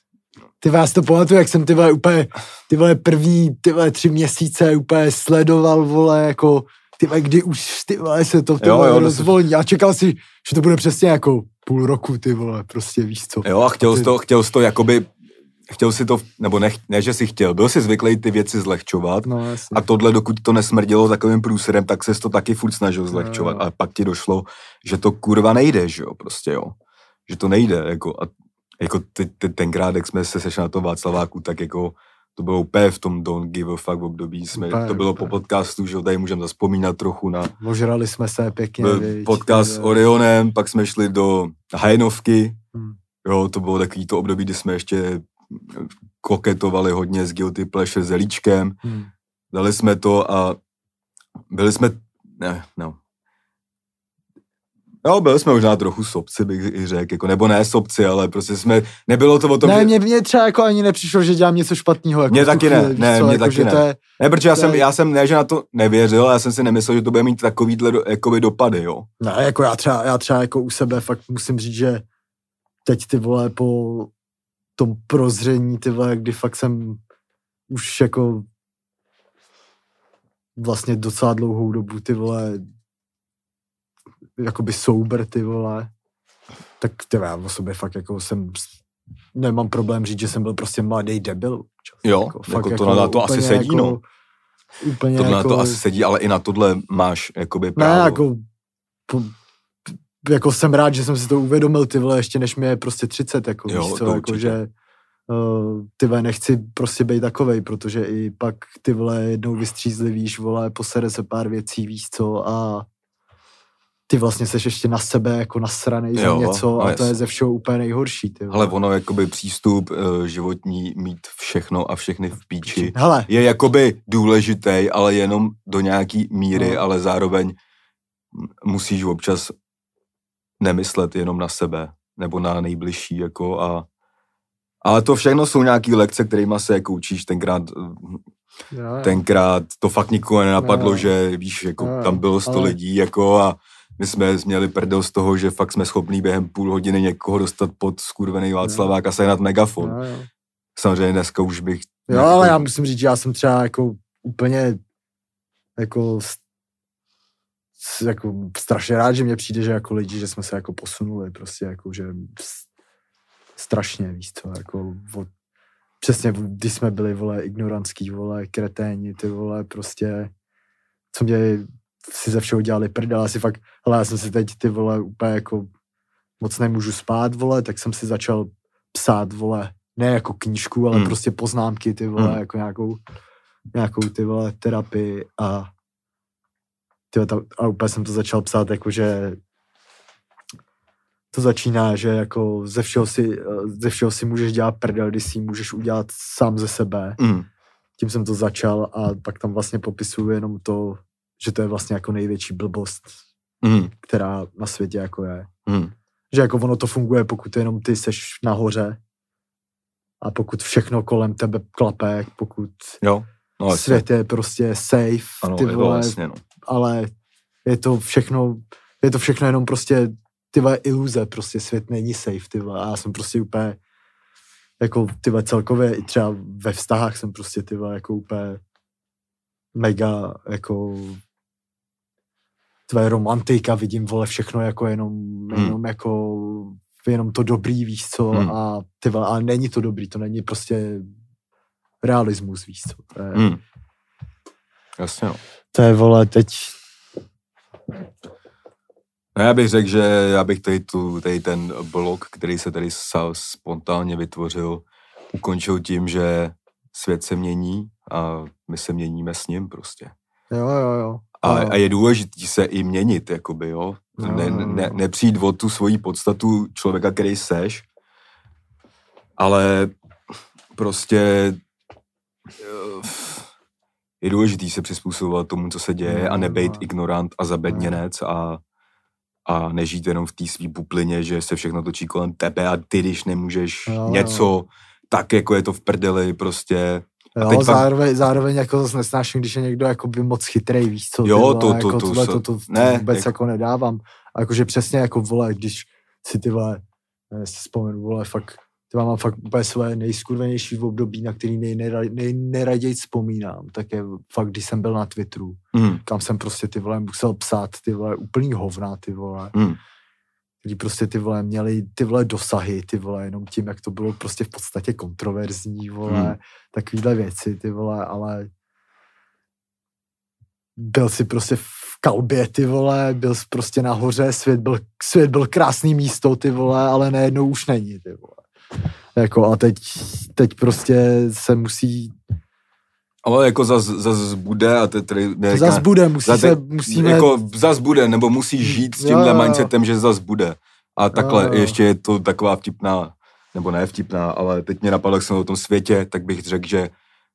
Ty vás to pamatuju, jak jsem ty vole úplně, ty vole první, ty vole tři měsíce úplně sledoval, vole, jako, ty vole, kdy už, ty vole, se to, ty vole, rozvolní. A čekal si, že to bude přesně jako půl roku, ty vole, prostě víš co. Jo, a chtěl ty... jsi to, chtěl jsi to jakoby, chtěl si to, nebo ne, ne, že si chtěl, byl si zvyklý ty věci zlehčovat no, a tohle, dokud to nesmrdělo takovým průserem, tak ses to taky furt snažil zlehčovat no, a pak ti došlo, že to kurva nejde, že jo, prostě jo, že to nejde, jako a jako ty, ty, tenkrát, jak jsme se sešli na tom Václaváku, tak jako to bylo úplně v tom don't give a fuck období, jsme, úplně, to bylo úplně. Po podcastu, že tady můžeme zaspomínat trochu na... Ožrali jsme se pěkně. Víč, podcast s Orionem, pak jsme šli do Hajnovky, hmm. jo, to bylo takový to období, kdy jsme ještě koketovali hodně s Guilty Pleasure zelíčkem, hmm. dali jsme to a byli jsme, ne, no, No, byli jsme možná trochu sobci, bych i řekl, jako, nebo ne sobci, ale prostě jsme, nebylo to o tom, Ne, že... mě, mě třeba jako ani nepřišlo, že dělám něco špatného. Jako mně taky ne, chvíli, ne, co, mně jako, taky ne. Je, ne, protože já jsem, je... já jsem, ne, že na to nevěřil, ale já jsem si nemyslel, že to bude mít takovýhle do, jakoby dopady, jo. Ne, jako já třeba, já třeba jako u sebe fakt musím říct, že teď ty vole po tom prozření, ty vole, kdy fakt jsem už jako vlastně docela dlouhou dobu, ty vole, jakoby sober, ty vole, tak ty já o sobě fakt jako jsem, nemám problém říct, že jsem byl prostě mladý debil. Jo, jako, jako fakt to jako na to asi sedí, jako, no. Úplně Tohle jako, na to asi sedí, ale i na tohle máš jakoby právo. Ne, jako, po, jako jsem rád, že jsem si to uvědomil, ty vole, ještě než mi je prostě třicet, jako jo, víš co, jako že uh, ty vole, nechci prostě být takovej, protože i pak ty vole jednou vystřízlivíš, vole, posede se pár věcí, víš co, a ty vlastně seš ještě na sebe jako nasranej za něco a to je ze všeho úplně nejhorší. Ty ale ono jakoby přístup uh, životní mít všechno a všechny v píči hele. je jakoby důležitý, ale jenom do nějaký míry, no. Ale zároveň musíš občas nemyslet jenom na sebe nebo na nejbližší jako a ale to všechno jsou nějaký lekce, kterýma se jako učíš tenkrát jo, jo. tenkrát to fakt nikoho nenapadlo, jo. že víš, jako jo, tam bylo sto ale... lidí jako a my jsme měli prdel z toho, že fakt jsme schopní během půl hodiny někoho dostat pod skurvený Václavák a sehnat megafon. Jo, jo. Samozřejmě dneska už bych... Jo, nějakou... ale já musím říct, že já jsem třeba jako úplně jako, jako strašně rád, že mě přijde, že jako lidi, že jsme se jako posunuli prostě jako, že strašně, víš co, jako od, přesně, když jsme byli, vole, ignorantský, vole, kreténi, ty vole, prostě, co mě si ze všeho dělali prdel, asi fakt, ale já jsem si teď, ty vole, úplně jako moc nemůžu spát, vole, tak jsem si začal psát, vole, ne jako knížku, ale hmm. prostě poznámky, ty vole, hmm. jako nějakou, nějakou, ty vole, terapii a ty vole, a úplně jsem to začal psát, jako, že to začíná, že jako ze všeho si, ze všeho si můžeš dělat prdel, když si můžeš udělat sám ze sebe. Hmm. Tím jsem to začal a pak tam vlastně popisuju jenom to, že to je vlastně jako největší blbost, mm. která na světě jako je. Mm. Že jako ono to funguje, pokud jenom ty seš nahoře a pokud všechno kolem tebe klape, pokud jo, no svět je prostě safe, ano, ty vole, je vlastně, no. Ale je to všechno, je to všechno jenom prostě ty vole iluze, prostě svět není safe, ty vole, a já jsem prostě úplně jako ty vole celkově i třeba ve vztahách jsem prostě ty vole jako úplně mega jako tvé romantika, vidím, vole, všechno jako jenom, hmm. jenom jako, jenom to dobrý, víš co, hmm. a ty vole, ale není to dobrý, to není prostě realismus, víš co. To je, hmm. Jasně, no. To je, vole, teď... No já bych řekl, že já bych tady, tu, tady ten blok, který se tady spontánně vytvořil, ukončil tím, že svět se mění a my se měníme s ním prostě. Jo, jo, jo. A, a je důležitý se i měnit, jakoby, jo. Ne, ne, nepřijít o tu svoji podstatu člověka, který seš, ale prostě je důležitý se přizpůsobovat tomu, co se děje a nebejt ignorant a zabedněnec a, a nežít jenom v té svý bublině, že se všechno točí kolem tebe a ty, když nemůžeš jo, něco, jo. tak jako je to v prdeli prostě. A jo, zároveň, fakt... zároveň jako zase nesnáším, když je někdo jako by moc chytrej, víš co, jo, vole, to, to, jako to, tohle, to, to, to, to ne, vůbec jako... jako nedávám. A jakože přesně jako, vole, když si ty vole, ne, si vzpomenu, vole, fakt, ty mám fakt úplně své nejskurvenější období, na který nej, nej, nej, nejraději vzpomínám, tak je fakt, když jsem byl na Twitteru, mm. kam jsem prostě ty vole musel psát ty vole úplný hovna, ty vole. Mm. Kdy prostě ty vole měli ty vole dosahy, ty vole, jenom tím, jak to bylo prostě v podstatě kontroverzní, vole, hmm. takovýhle věci, ty vole, ale byl si prostě v kalbě, ty vole, byl jsi prostě nahoře, svět byl, svět byl krásný místo, ty vole, ale najednou už není, ty vole. Jako a teď, teď prostě se musí... Ale jako zas, zas bude a teď tady... Zas bude, musí zas, se, musíme... Jako zas bude, nebo musíš žít s tímhle mindsetem, že zas bude. A takhle jo, jo. ještě je to taková vtipná, nebo ne vtipná, ale teď mě napadlo, jak jsem o tom světě, tak bych řekl, že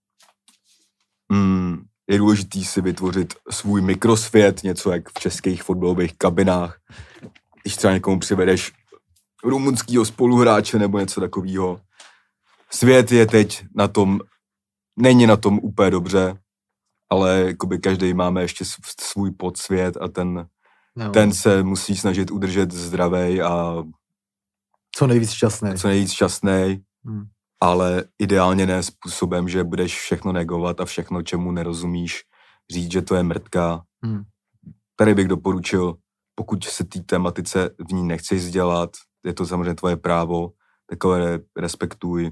mm, je důležitý si vytvořit svůj mikrosvět, něco jak v českých fotbalových kabinách. Když třeba někomu přivedeš rumunskýho spoluhráče nebo něco takového. Svět je teď na tom, není na tom úplně dobře, ale jakoby každý máme ještě svůj podsvět a ten, no. ten se musí snažit udržet zdravej a co nejvíc šťastný. Co nejvíc šťastný, hmm. ale ideálně ne způsobem, že budeš všechno negovat a všechno, čemu nerozumíš, říct, že to je mrtka. Hmm. Tady bych doporučil, pokud se té tematice v ní nechceš vzdělat, je to samozřejmě tvoje právo, takové respektuj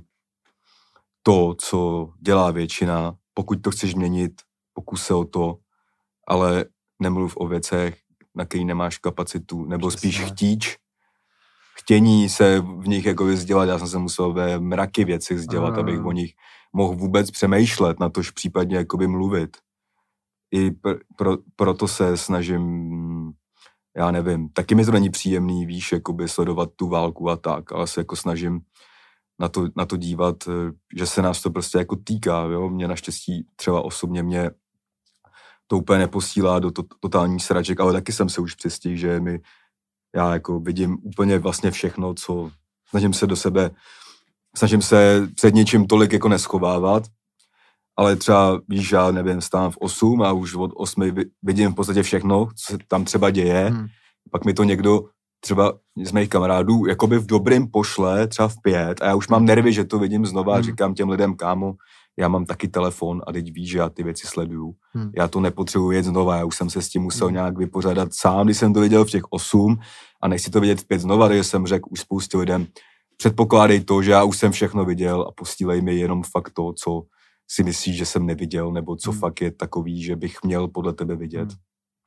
to, co dělá většina. Pokud to chceš měnit, pokus se o to, ale nemluv o věcech, na který nemáš kapacitu, nebo Přesně. spíš chtíč. Chtění se v nich jako vzdělat, já jsem se musel ve mraky věci vzdělat, a... abych o nich mohl vůbec přemýšlet, na tož případně jakoby mluvit. I pr- pro, proto se snažím, já nevím, taky mi to není příjemný, víš, jakoby sledovat tu válku a tak, ale se jako snažím na to, na to dívat, že se nás to prostě jako týká, jo, mě naštěstí třeba osobně mě to úplně neposílá do to, totální sraček, ale taky jsem se už přistihl, že mi, já jako vidím úplně vlastně všechno, co snažím se do sebe, snažím se před něčím tolik jako neschovávat, ale třeba, víš, já nevím, stávám v osm a už od osmi vidím v podstatě všechno, co se tam třeba děje, hmm. pak mi to někdo třeba z mých kamarádů jakoby v dobrým pošle, třeba v pět a já už mám nervy, že to vidím znova a hmm. říkám těm lidem, kámo, já mám taky telefon a teď víš, že já ty věci sleduju. Hmm. Já to nepotřebuji jet znova, já už jsem se s tím musel hmm. nějak vypořádat sám, když jsem to viděl v těch osm a nechci to vidět v pět znova, takže jsem řekl už spoustě lidem, předpokládej to, že já už jsem všechno viděl a posílej mi jenom fakt to, co si myslíš, že jsem neviděl, nebo co hmm. fakt je takový, že bych měl podle tebe vidět. Hmm.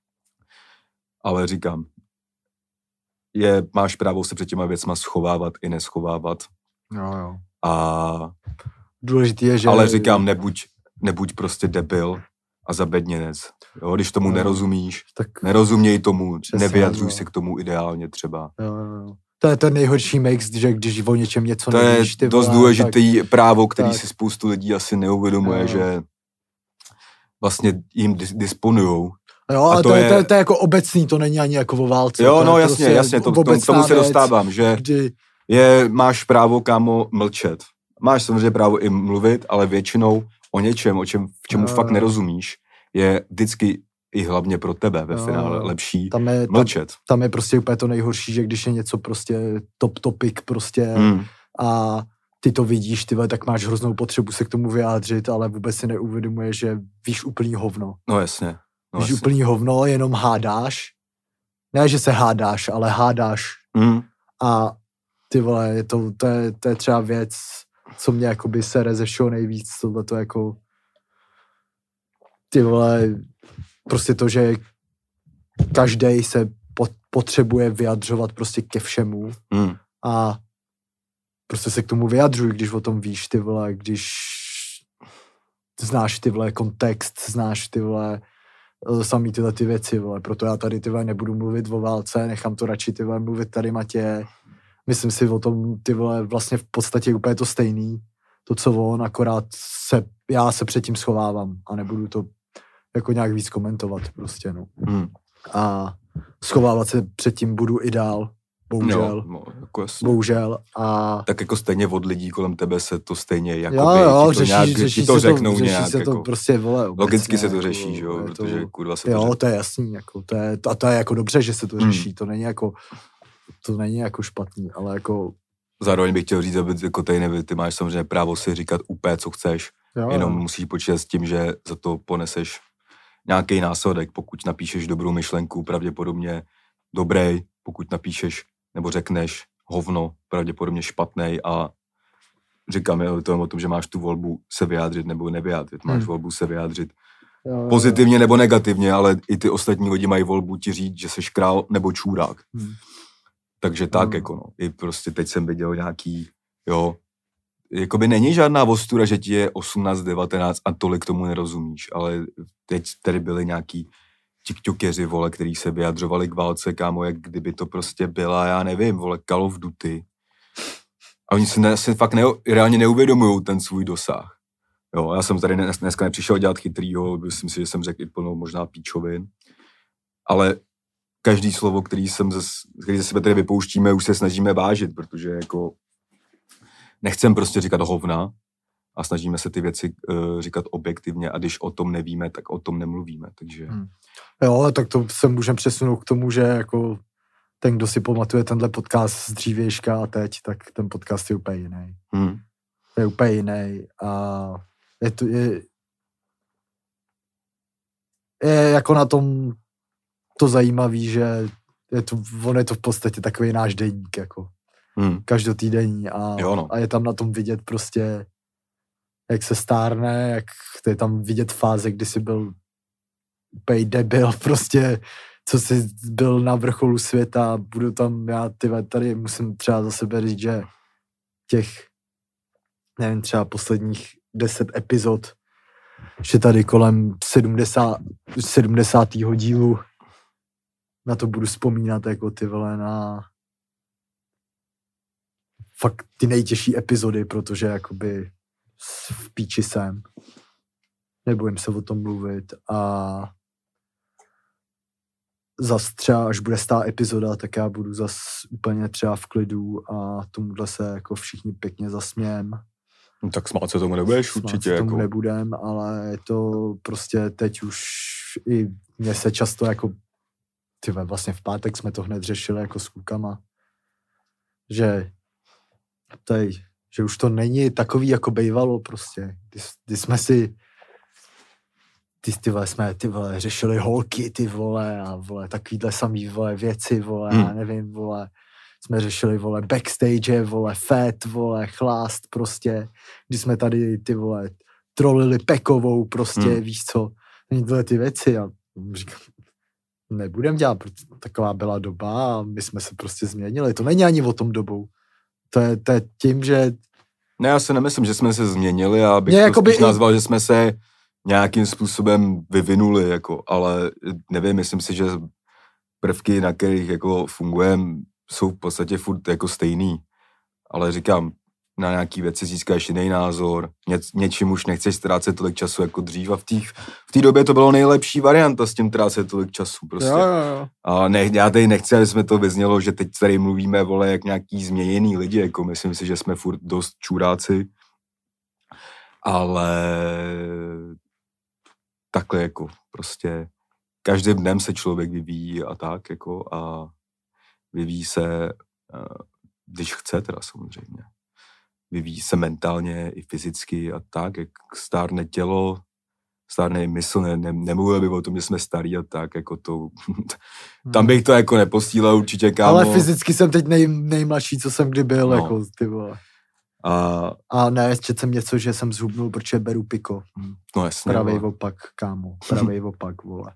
Ale říkám, je, máš právo se před těma věcma schovávat i neschovávat. Jo, jo. A důležitý je, že... Ale říkám, nebuď, nebuď prostě debil a zabedněnec. Jo, když tomu no, nerozumíš, tak nerozuměj tomu, přesně, nevyjadřuj no. se k tomu ideálně třeba. Jo, jo. To je ten nejhorší mix, že když o něčem něco to nevíš, ty To je dost vole, důležitý tak, právo, který tak. si spoustu lidí asi neuvědomuje, jo. že vlastně jim dis- disponujou. Jo, ale to, to, je, to, je, to je jako obecný, to není ani jako o válce. Jo, no to jasně, prostě jasně, to, k tomu se dostávám, že kdy... je, máš právo, kámo, mlčet. Máš samozřejmě právo i mluvit, ale většinou o něčem, o čem, v čemu no, fakt nerozumíš, je vždycky i hlavně pro tebe ve no, finále lepší tam je, mlčet. Tam, tam je prostě úplně to nejhorší, že když je něco prostě top topic prostě hmm. a ty to vidíš, ty vole, tak máš hroznou potřebu se k tomu vyjádřit, ale vůbec si neuvědomuješ, že víš úplný hovno. No jasně. No víš jasně. úplný hovno, jenom hádáš. Ne, že se hádáš, ale hádáš. Hmm. A ty vole, je to, to, je, to je třeba věc, co mě jakoby sere ze všeho nejvíc, tohleto jako ty vole, prostě to, že každej se pot, potřebuje vyjadřovat prostě ke všemu hmm. a prostě se k tomu vyjadřuj, když o tom víš, ty vole, když znáš ty vole kontext, znáš ty vole samý tyhle ty věci, vole, proto já tady ty vole nebudu mluvit o válce, nechám to radši ty vole mluvit tady Matěje. Myslím si o tom, ty vole, vlastně v podstatě úplně to stejný, to, co on, akorát se, já se předtím schovávám a nebudu to jako nějak víc komentovat prostě, no. Hmm. A schovávat se předtím budu i dál, bohužel. Jo, no, jako bohužel. A... Tak jako stejně od lidí kolem tebe se to stejně jakoby, jo, jo, ti to, řeší, nějak, řeší ti to řeknou to, nějak. Řeší se jako, to prostě, vole, obecně, logicky se to jako, řeší, jo, protože to, kurva se jo, to Jo, to je jasný, jako, to je, a to je jako dobře, že se to řeší, hmm. to není jako, to není jako špatný, ale jako... Zároveň bych chtěl říct, aby jako tady nebyl, ty máš samozřejmě právo si říkat úplně, co chceš, jo, jenom jo. musíš počítat s tím, že za to poneseš nějaký následek, pokud napíšeš dobrou myšlenku, pravděpodobně dobrý, pokud napíšeš nebo řekneš hovno, pravděpodobně špatnej a říkám, je to o tom, že máš tu volbu se vyjádřit nebo nevyjádřit. Máš hmm. volbu se vyjádřit jo, pozitivně nebo negativně, ale i ty ostatní lidi mají volbu ti říct, že seš král nebo čůrák. Hmm. Takže tak, hmm. jako no. I prostě teď jsem viděl nějaký, jo, jakoby není žádná ostuda, že ti je osmnáct, devatenáct a tolik tomu nerozumíš, ale teď tady byly nějaký tiktokeři, vole, který se vyjadřovali k válce, kámo, jak kdyby to prostě byla, já nevím, vole, Call of Duty. A oni se, ne, se fakt ne, reálně neuvědomujou ten svůj dosah. Jo, já jsem tady dnes, dneska nepřišel dělat chytrýho, myslím si, že jsem řekl i plnou možná píčovin, ale každý slovo, který, jsem ze, který ze sebe tady vypouštíme, už se snažíme vážit, protože jako nechcem prostě říkat hovna a snažíme se ty věci uh, říkat objektivně a když o tom nevíme, tak o tom nemluvíme, takže... Hmm. Jo, tak to se můžeme přesunout k tomu, že jako ten, kdo si pamatuje tenhle podcast z dřívějška a teď, tak ten podcast je úplně jiný. Hmm. Je úplně jiný a je to, je, je jako na tom to zajímavý, že je to, on je to v podstatě takový náš deník, jako Hmm. každotýdenní a, Jo, no. a je tam na tom vidět prostě, jak se stárne, jak to je tam vidět fáze, kdy jsi byl úplně debil, prostě, co jsi byl na vrcholu světa, budu tam, já tyhle, tady musím třeba za sebe říct, že těch, nevím, třeba posledních deset epizod, že tady kolem sedmdesát, sedmdesátého dílu na to budu vzpomínat jako ty vole na fakt ty nejtěžší epizody, protože jakoby v píči jsem. Nebojím se o tom mluvit a zas třeba, až bude stá epizoda, tak já budu zas úplně třeba v klidu a tomuhle se jako všichni pěkně zasmějem. No, tak smát se tomu nebudeš Smát určitě. se tomu Jako... nebudem, ale je to prostě teď už i mně se často jako tyhle, vlastně v pátek jsme to hned řešili jako s klukama, že tady, že už to není takový, jako bejvalo prostě. Kdy, kdy jsme si ty, ty vole, jsme ty vole, řešili holky, ty vole, a vole, takovýhle samý vole věci, vole, hmm. já nevím, vole, jsme řešili, vole, backstage, vole, fet, vole, chlást, prostě, když jsme tady, ty vole, trolili Pekovou, prostě, hmm. víš co, tyhle ty věci a říkám, nebudem dělat, protože taková byla doba a my jsme se prostě změnili, to není ani o tom dobou, to je, to je tím, že... Ne, já si nemyslím, že jsme se změnili, a bych Mě to spíš i... nazval, že jsme se nějakým způsobem vyvinuli, jako, ale nevím, myslím si, že prvky, na kterých jako fungujeme, jsou v podstatě furt jako stejný, ale říkám, na nějaký věci získáš jiný názor, ně, něčím už nechceš ztrácet tolik času jako dřív a v té v té době to bylo nejlepší varianta s tím trácet tolik času prostě. Jo, jo, jo. A ne, já tady nechci, aby jsme to vyznělo, že teď tady mluvíme, vole, jak nějaký změněný lidi, jako myslím si, že jsme furt dost čuráci, ale takhle jako prostě každým dnem se člověk vyvíjí a tak jako a vyvíjí se, když chce teda samozřejmě. Vyvíjí se mentálně i fyzicky a tak, jak stárne tělo, stárne i mysl, ne, ne, nemluvil bych o tom, že jsme starý a tak, jako to, tam bych to jako neposílal určitě, kámo. Ale fyzicky jsem teď nej, nejmladší, co jsem kdy byl, no. Jako ty vole. A, a ne, četl jsem něco, že jsem zhubnul, protože beru piko. No jasně. Pravej opak, kámo, pravej opak, vole.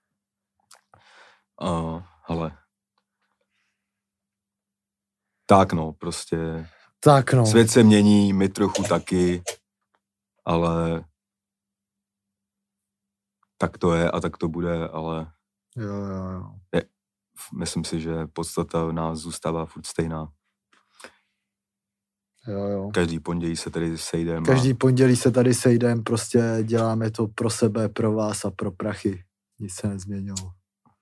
A, hele. Tak no, prostě. Tak no. Svět se mění, my trochu taky, ale tak to je a tak to bude, ale jo, jo, jo. Je, myslím si, že podstata nás zůstává furt stejná. Jo, jo. Každý pondělí se tady sejdeme. Každý a... pondělí se tady sejdeme, prostě děláme to pro sebe, pro vás a pro prachy. Nic se nezměnilo.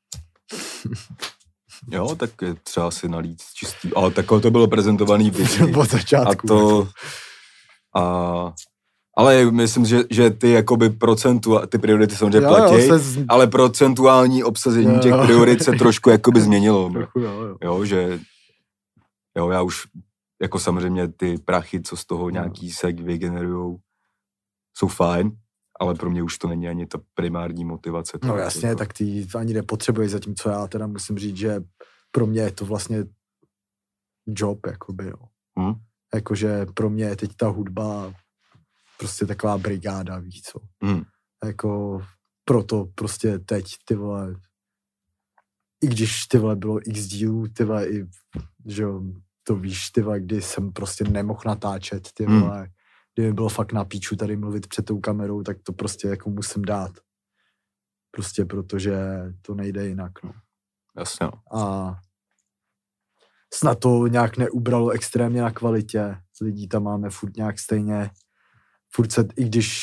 Jo, tak je třeba si nalít čistý. Ale takhle to bylo prezentovaný vždycky. Od začátku. A to... A... Ale myslím, že, že ty jakoby procentu, ty priority samozřejmě jo, platí, jo, z... ale procentuální obsazení jo, těch priorit se trošku jakoby změnilo. Trochu, jo, jo. jo, že jo, já už jako samozřejmě ty prachy, co z toho nějaký se vygenerujou, jsou fajn, ale pro mě už to není ani ta primární motivace. No jasně, jako... tak ty ani nepotřebuješ, zatímco já teda musím říct, že pro mě je to vlastně job, jakoby, jo. Hmm? Jakože pro mě je teď ta hudba prostě taková brigáda, víš co. Hmm. Jako proto prostě teď, ty vole, i když ty vole bylo x dílů, ty vole, i, že jo, to víš, ty vole, kdy jsem prostě nemohl natáčet, ty vole, hmm. kdyby bylo fakt na píču tady mluvit před tou kamerou, tak to prostě jako musím dát. Prostě protože to nejde jinak, no. Jasně, no. A snad to nějak neubralo extrémně na kvalitě. Lidí tam máme furt nějak stejně. Furt se, i když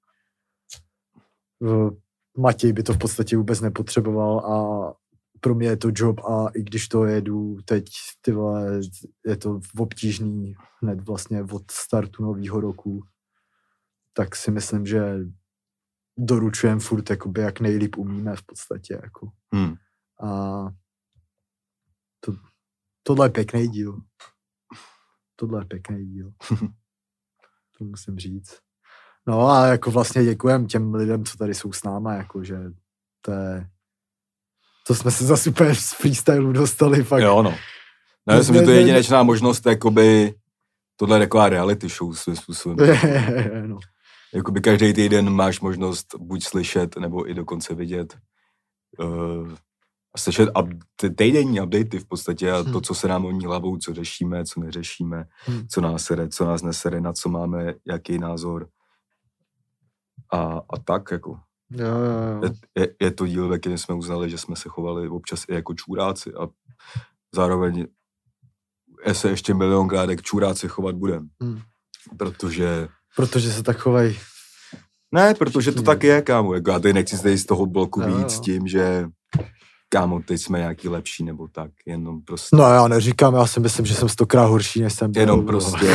Matěj by to v podstatě vůbec nepotřeboval a pro mě je to job a i když to jedu teď, ty vole, je to obtížný hned vlastně od startu nového roku, tak si myslím, že doručujeme furt jakoby jak nejlíp umíme v podstatě. Jako. Hmm. A to, tohle je pěkný díl. Tohle je pěkný díl. To musím říct. No a jako vlastně děkujem těm lidem, co tady jsou s náma, jako že To je... To jsme se zase úplně z freestylu dostali, fakt. Jo, no. No, já myslím, že to je jedinečná možnost, jakoby, tohle je taková reality show svým způsobem. no. Jakoby každý týden máš možnost buď slyšet, nebo i dokonce vidět. Uh, slyšet up, týdenní updaty v podstatě a hmm. to, co se nám honí hlavou, co řešíme, co neřešíme, hmm. co nás sere, co nás nesere, na co máme, jaký názor. A, a tak, jako. Jo, jo, jo. Je, je, je to díl, ve kterém jsme uznali, že jsme se chovali občas i jako čůráci a zároveň se ještě milionkrát jak čůráci chovat budem. Hmm. Protože... Protože se tak chovají. Ne, protože to tak je, kámo. Jako já tady nechci zde z toho bloku no, víc no. tím, že kámo, teď jsme nějaký lepší nebo tak, jenom prostě... No já neříkám, já si myslím, že jsem stokrát horší, než jsem byl. Jenom prostě...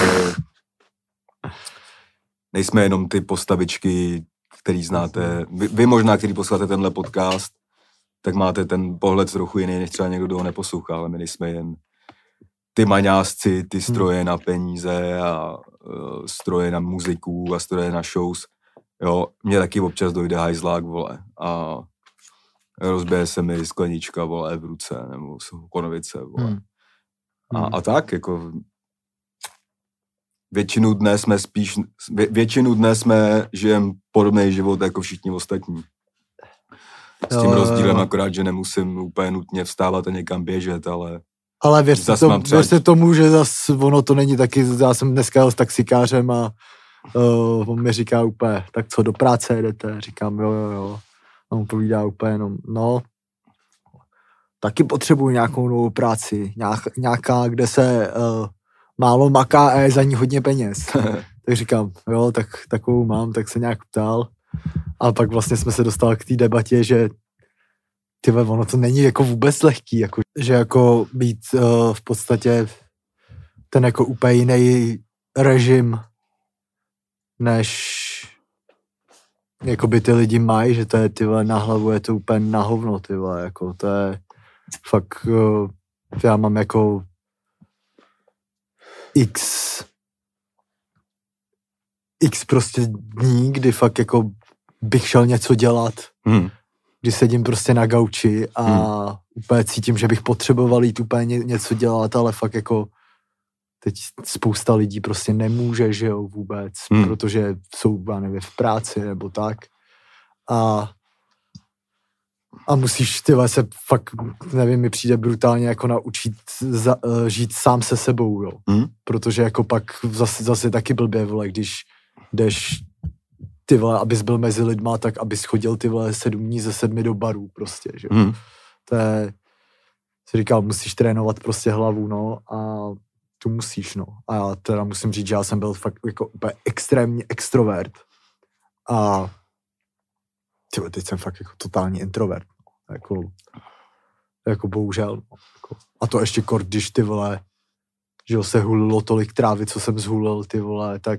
Nejsme jenom ty postavičky, který znáte. Vy, vy možná, který posloucháte tenhle podcast, tak máte ten pohled trochu jiný, než třeba někdo, kdo ho neposlouchá, ale my nejsme jen ty maňásci, ty stroje hmm. na peníze a uh, stroje na muziku a stroje na shows. Jo, mně taky občas dojde hajzlák, vole, a rozbije se mi sklenička, vole, v ruce, nebo konovice, vole. Hmm. A, a tak, jako většinu dne jsme spíš, vě, většinu dne jsme žijem podobný život jako všichni ostatní. S tím jo, rozdílem jo. akorát, že nemusím úplně nutně vstávat a někam běžet, ale... Ale věřte, to, věřte tomu, že zas ono to není taky, já jsem dneska jel s taxikářem a uh, on mi říká úplně, tak co, do práce jedete? Říkám, jo, jo, jo. A on povídá úplně jenom, no, taky potřebuji nějakou novou práci, nějak, nějaká, kde se uh, málo maká a je za ní hodně peněz. Tak říkám, jo, tak takovou mám, tak se nějak ptal. A pak vlastně jsme se dostali k té debatě, že tyhle, ono to není jako vůbec lehký, jako, že jako být uh, v podstatě ten jako úplně jiný režim, než jakoby ty lidi mají, že to je tyhle na hlavu, je to úplně na hovno, tyhle, jako to je fakt, uh, já mám jako x x prostě dní, kdy fakt jako bych šel něco dělat, hmm. kdy sedím prostě na gauči a hmm. úplně cítím, že bych potřeboval jít úplně něco dělat, ale fakt jako teď spousta lidí prostě nemůže, že jo, vůbec, hmm. protože jsou, já nevím, v práci nebo tak. A, a musíš, tyhle, se fakt, nevím, mi přijde brutálně jako naučit za, uh, žít sám se sebou, jo. Hmm. Protože jako pak zase, zase taky blbě, vole, když jdeš, ty vole, abys byl mezi lidma, tak abys chodil, ty vole, sedm dní ze sedmi do barů prostě, že jo. Hmm. To je, si říkal, musíš trénovat prostě hlavu, no, a tu musíš, no. A já teda musím říct, že já jsem byl fakt jako úplně extrémně extrovert. A tyhle, teď jsem fakt jako totální introvert, no. Jako, jako bohužel, no. Jako. A to ještě kort, když ty vole, že jo, se hulilo tolik trávy, co jsem zhulil, ty vole, tak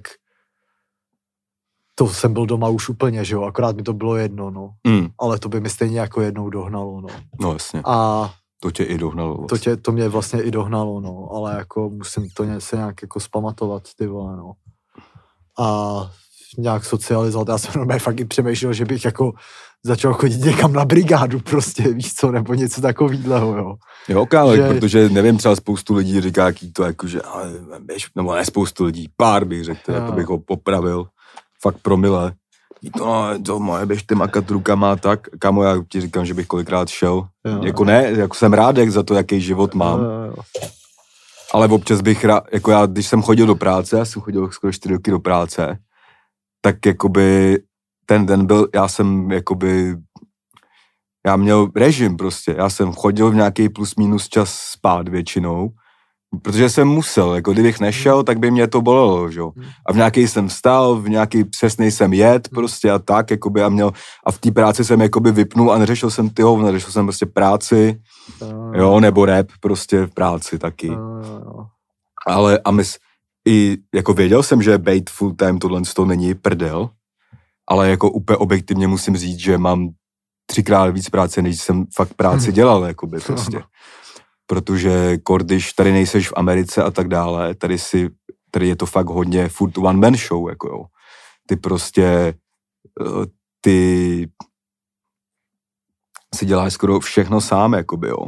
to jsem byl doma už úplně, že jo, akorát mi to bylo jedno, no. Mm. Ale to by mi stejně jako jednou dohnalo, no. No jasně. A to tě i dohnalo vlastně. To, tě, to mě vlastně i dohnalo, no, ale jako musím to se nějak jako spamatovat, ty vole, no. A nějak socializovat, já jsem normálně fakt i přemýšlel, že bych jako začal chodit někam na brigádu prostě, víš co, nebo něco takovýhleho, jo. Jo, kále, že... protože nevím, třeba spoustu lidí říká, jaký to jako, že, ale, nebo ne spoustu lidí, pár bych řekl, to bych ho popravil, fakt promile. To, no, to moje, běžte makat rukama, tak, kámo, já ti říkám, že bych kolikrát šel. Jo. Jako ne, jako jsem rád jak za to, jaký život mám. Jo, jo. Ale občas bych rád, jako já, když jsem chodil do práce, já jsem chodil skoro čtyři roky do práce, tak jakoby ten den byl, já jsem jakoby, já měl režim prostě, já jsem chodil v nějaký plus minus čas spát většinou, protože jsem musel, jako kdybych nešel, tak by mě to bolelo, že jo. A v nějaký jsem vstal, v nějaký přesnej jsem jet prostě a tak, jakoby a měl, a v té práci jsem jakoby vypnul a neřešil jsem ty hovna, neřešil jsem prostě práci, jo, nebo rap prostě v práci taky. Ale a mys, i jako věděl jsem, že bejt full time tohle to není prdel, ale jako úplně objektivně musím říct, že mám třikrát víc práce, než jsem fakt práci dělal, jakoby prostě. Protože když tady nejseš v Americe a tak dále, tady si, tady je to fakt hodně furt one man show, jako jo. Ty prostě, ty, si děláš skoro všechno sám, jakoby, jo.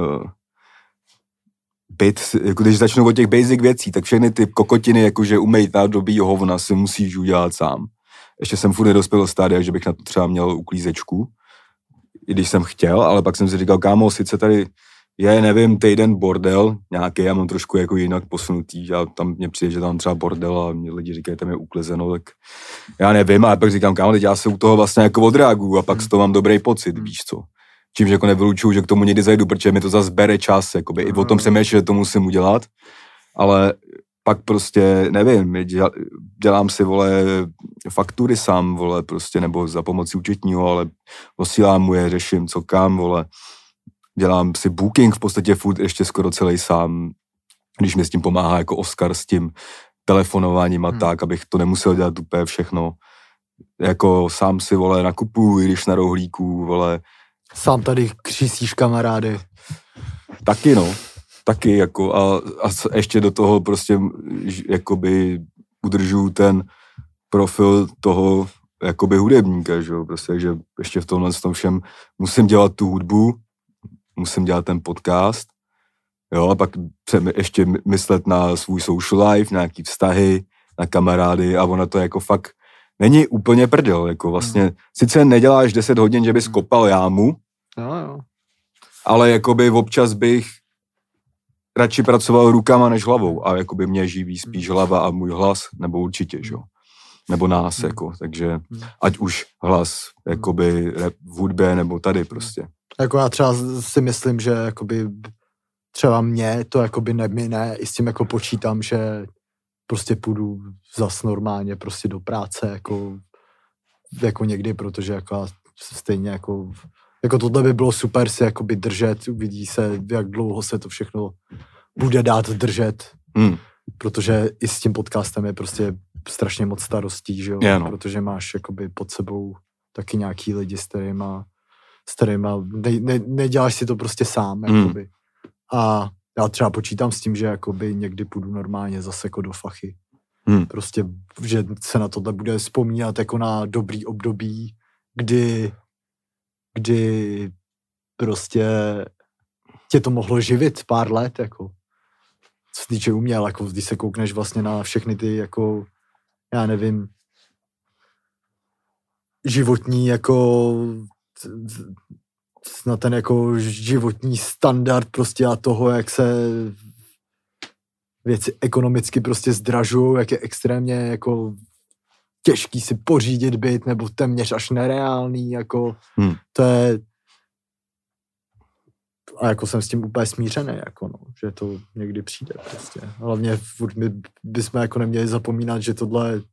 Byt, jako když začnu od těch basic věcí, tak všechny ty kokotiny, jakože umejt nádobí hovna si musíš udělat sám. Ještě jsem furt nedospěl do stádia, že bych na to třeba měl uklízečku, i když jsem chtěl, ale pak jsem si říkal, kámo, sice tady je, nevím, týden bordel nějaký, já mám trošku jako jinak posunutý, a tam mně přijde, že tam třeba bordel a mě lidi říkají, tam je uklizeno, tak já nevím, ale pak říkám, kámo, teď já se u toho vlastně jako odreaguju a pak hmm. z toho mám dobrý pocit, víš co. Čímž jako nevylučuju, že k tomu někdy zajdu, protože mi to zase bere čas, jakoby, i o tom přemýšlím, že to musím udělat, ale pak prostě, nevím, dělám si, vole, faktury sám, vole, prostě, nebo za pomocí účetního, ale posílám mu je, řeším, co kam, vole, dělám si booking v podstatě furt ještě skoro celý sám, když mi s tím pomáhá jako Oskar s tím telefonováním a hmm. tak, abych to nemusel dělat úplně všechno. Jako sám si, vole, nakupuju, když na rohlíku, vole. Sám tady křísíš kamarády. Taky, no. Taky, jako, a, a ještě do toho prostě, jakoby udržuju ten profil toho, jakoby hudebníka, že jo, prostě, že ještě v tomhle s tom všem musím dělat tu hudbu, musím dělat ten podcast, jo, a pak ještě myslet na svůj social life, nějaký vztahy, na kamarády a ono to jako fakt není úplně prdel, jako vlastně, hmm. sice neděláš deset hodin, že bys kopal jámu, jo, jo. ale jakoby občas bych radši pracoval rukama než hlavou a jakoby mě živí spíš hlava a můj hlas, nebo určitě, že jo, nebo nás, hmm. jako, takže ať už hlas, jakoby v hudbě, nebo tady prostě. Jako já třeba si myslím, že jakoby třeba mě to jakoby nemine, i s tím jako počítám, že prostě půjdu zas normálně prostě do práce, jako, jako někdy, protože jako stejně jako, jako tohle by bylo super si jakoby držet, uvidí se, jak dlouho se to všechno bude dát držet, hmm. protože i s tím podcastem je prostě strašně moc starostí, že jo, yeah, no. protože máš jakoby pod sebou taky nějaký lidi, s kterýma s kterýma, ne, ne, neděláš si to prostě sám, jakoby. Mm. A já třeba počítám s tím, že jakoby někdy půjdu normálně zase jako do fachy. Mm. Prostě, že se na tohle bude vzpomínat jako na dobrý období, kdy, kdy prostě tě to mohlo živit pár let, jako. Co se týče uměl, jako když se koukneš vlastně na všechny ty, jako, já nevím, životní, jako na ten jako životní standard prostě a toho, jak se věci ekonomicky prostě zdražují, jak je extrémně jako těžký si pořídit byt, nebo téměř až nereálný, jako hmm. to je a jako jsem s tím úplně smířený, jako no, že to někdy přijde prostě. Hlavně furt my bychom jako neměli zapomínat, že tohle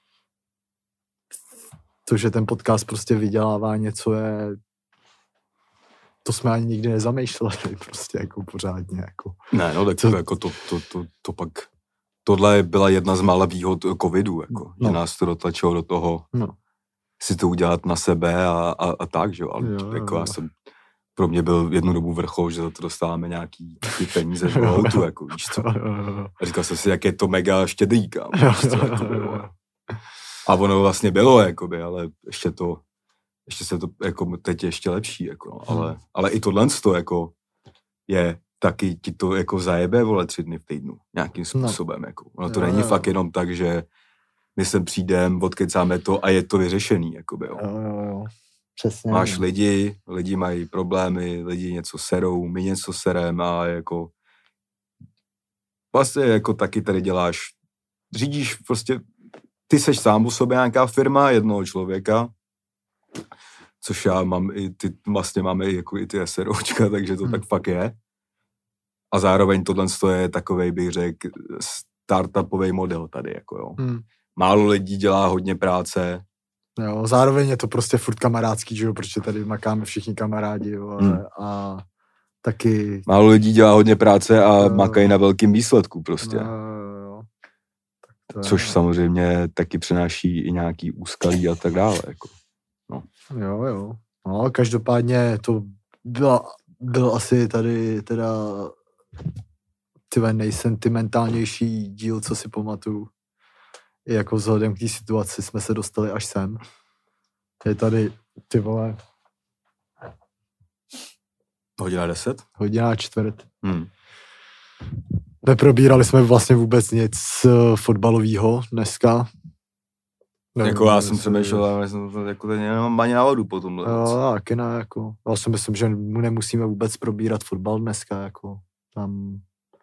to, že ten podcast prostě vydělává něco je, to jsme ani nikdy nezamýšleli prostě jako pořádně, jako. Ne, no tak to, jako to, to, to, to pak, tohle byla jedna z mála výhod covidu, jako, no. Že nás to dotlačilo do toho, no. Si to udělat na sebe a, a, a tak, že jo, ale jo, jako jo. Já jsem, pro mě byl jednu dobu vrchol, že za to dostáváme nějaký peníze v autu, jako víš co. A říkal jsem si, jak je to mega štědrý, kam, víš co, to bylo. A ono vlastně bylo, jakoby, ale ještě to, ještě se to, jako teď je ještě lepší, jako, no. ale, hmm. ale i tohle jako je, taky ti to jako zajebe, vole, tři dny v týdnu, nějakým způsobem, no. Jako. Ono to jo, není jo. Fakt jenom tak, že my sem přijdem, odkecáme to a je to vyřešený, jakoby, jo. Jo, jo, jo. Přesně. Máš lidi, lidi mají problémy, lidi něco serou, my něco serem a jako vlastně jako taky tady děláš, řídíš prostě, ty seš sám u sobě nějaká firma jednoho člověka, což já mám i ty, vlastně máme i, jako i ty SROčka, takže to hmm. tak fakt je. A zároveň tohle je takovej, bych řekl, startupový model tady, jako jo. Hmm. Málo lidí dělá hodně práce. Jo, zároveň je to prostě furt kamarádský, že jo, protože tady makáme všichni kamarádi, jo, ale, hmm. a taky... Málo lidí dělá hodně práce a jo, makají na velkým výsledku prostě. Jo, jo. Tak to což je... samozřejmě taky přináší i nějaký úskalí a tak dále, jako. No. Jo, jo. No, každopádně to byla, byl asi tady teda tyhle nejsentimentálnější díl, co si pamatuju. I jako vzhledem k té situaci jsme se dostali až sem. Je tady, ty vole, Hodina deset? Hodina čtvrt. Hmm. Neprobírali jsme vlastně vůbec nic uh, fotbalového dneska. Nevím, jako já jsem přemýšlel, ale jsem to jako teď nemám ani návadu po tomhle. Jo, taky ne, jako. Já si myslím, že nemusíme vůbec probírat fotbal dneska, jako. Tam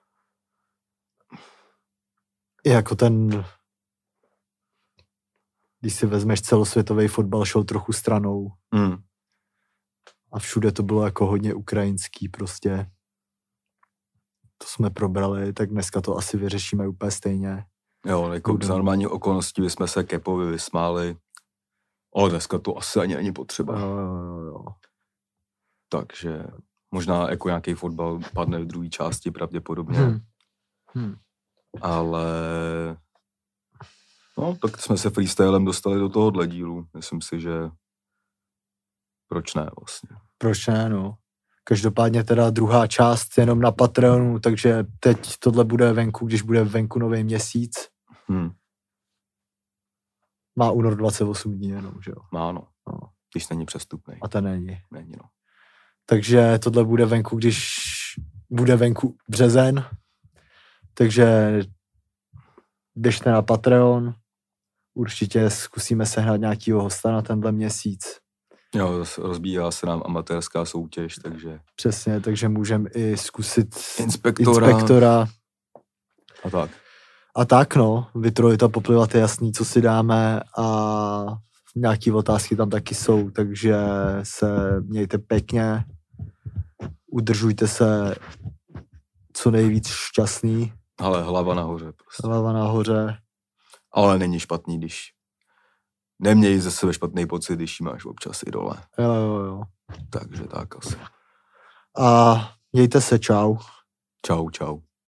jako ten, když si vezmeš celosvětový fotbal, šel trochu stranou. Hmm. A všude to bylo jako hodně ukrajinský prostě. To jsme probrali, tak dneska to asi vyřešíme úplně stejně. Jo, jako za normální okolností bychom se Kepovi vysmáli, ale dneska to asi ani není potřeba. Jo, jo, jo. Takže možná jako nějaký fotbal padne v druhé části pravděpodobně. Hmm. Hmm. Ale no, tak jsme se freestylem dostali do tohohle dílu. Myslím si, že proč ne vlastně. Proč ne, no. Každopádně teda druhá část jenom na Patreonu, takže teď tohle bude venku, když bude venku nový měsíc. Hmm. Má únor dvacet osm dní jenom, že jo? Má, no. no. Když není přestupnej. A ten není. Není, no. Takže tohle bude venku, když bude venku březen. Takže běžte na Patreon. Určitě zkusíme sehnat nějakýho hosta na tenhle měsíc. Jo, rozbíhá se nám amatérská soutěž, takže... Přesně, takže můžeme i zkusit inspektora. inspektora. A tak. A tak, no. Vytrojit a poplivat je jasný, co si dáme a nějaký otázky tam taky jsou, takže se mějte pěkně. Udržujte se co nejvíc šťastný. Ale hlava nahoře prostě. Hlava nahoře. Ale není špatný, když... Neměj ze sebe špatný pocit, když jí máš občas i dole. Jo, jo, jo. Takže tak asi. A mějte se, čau. Čau, čau.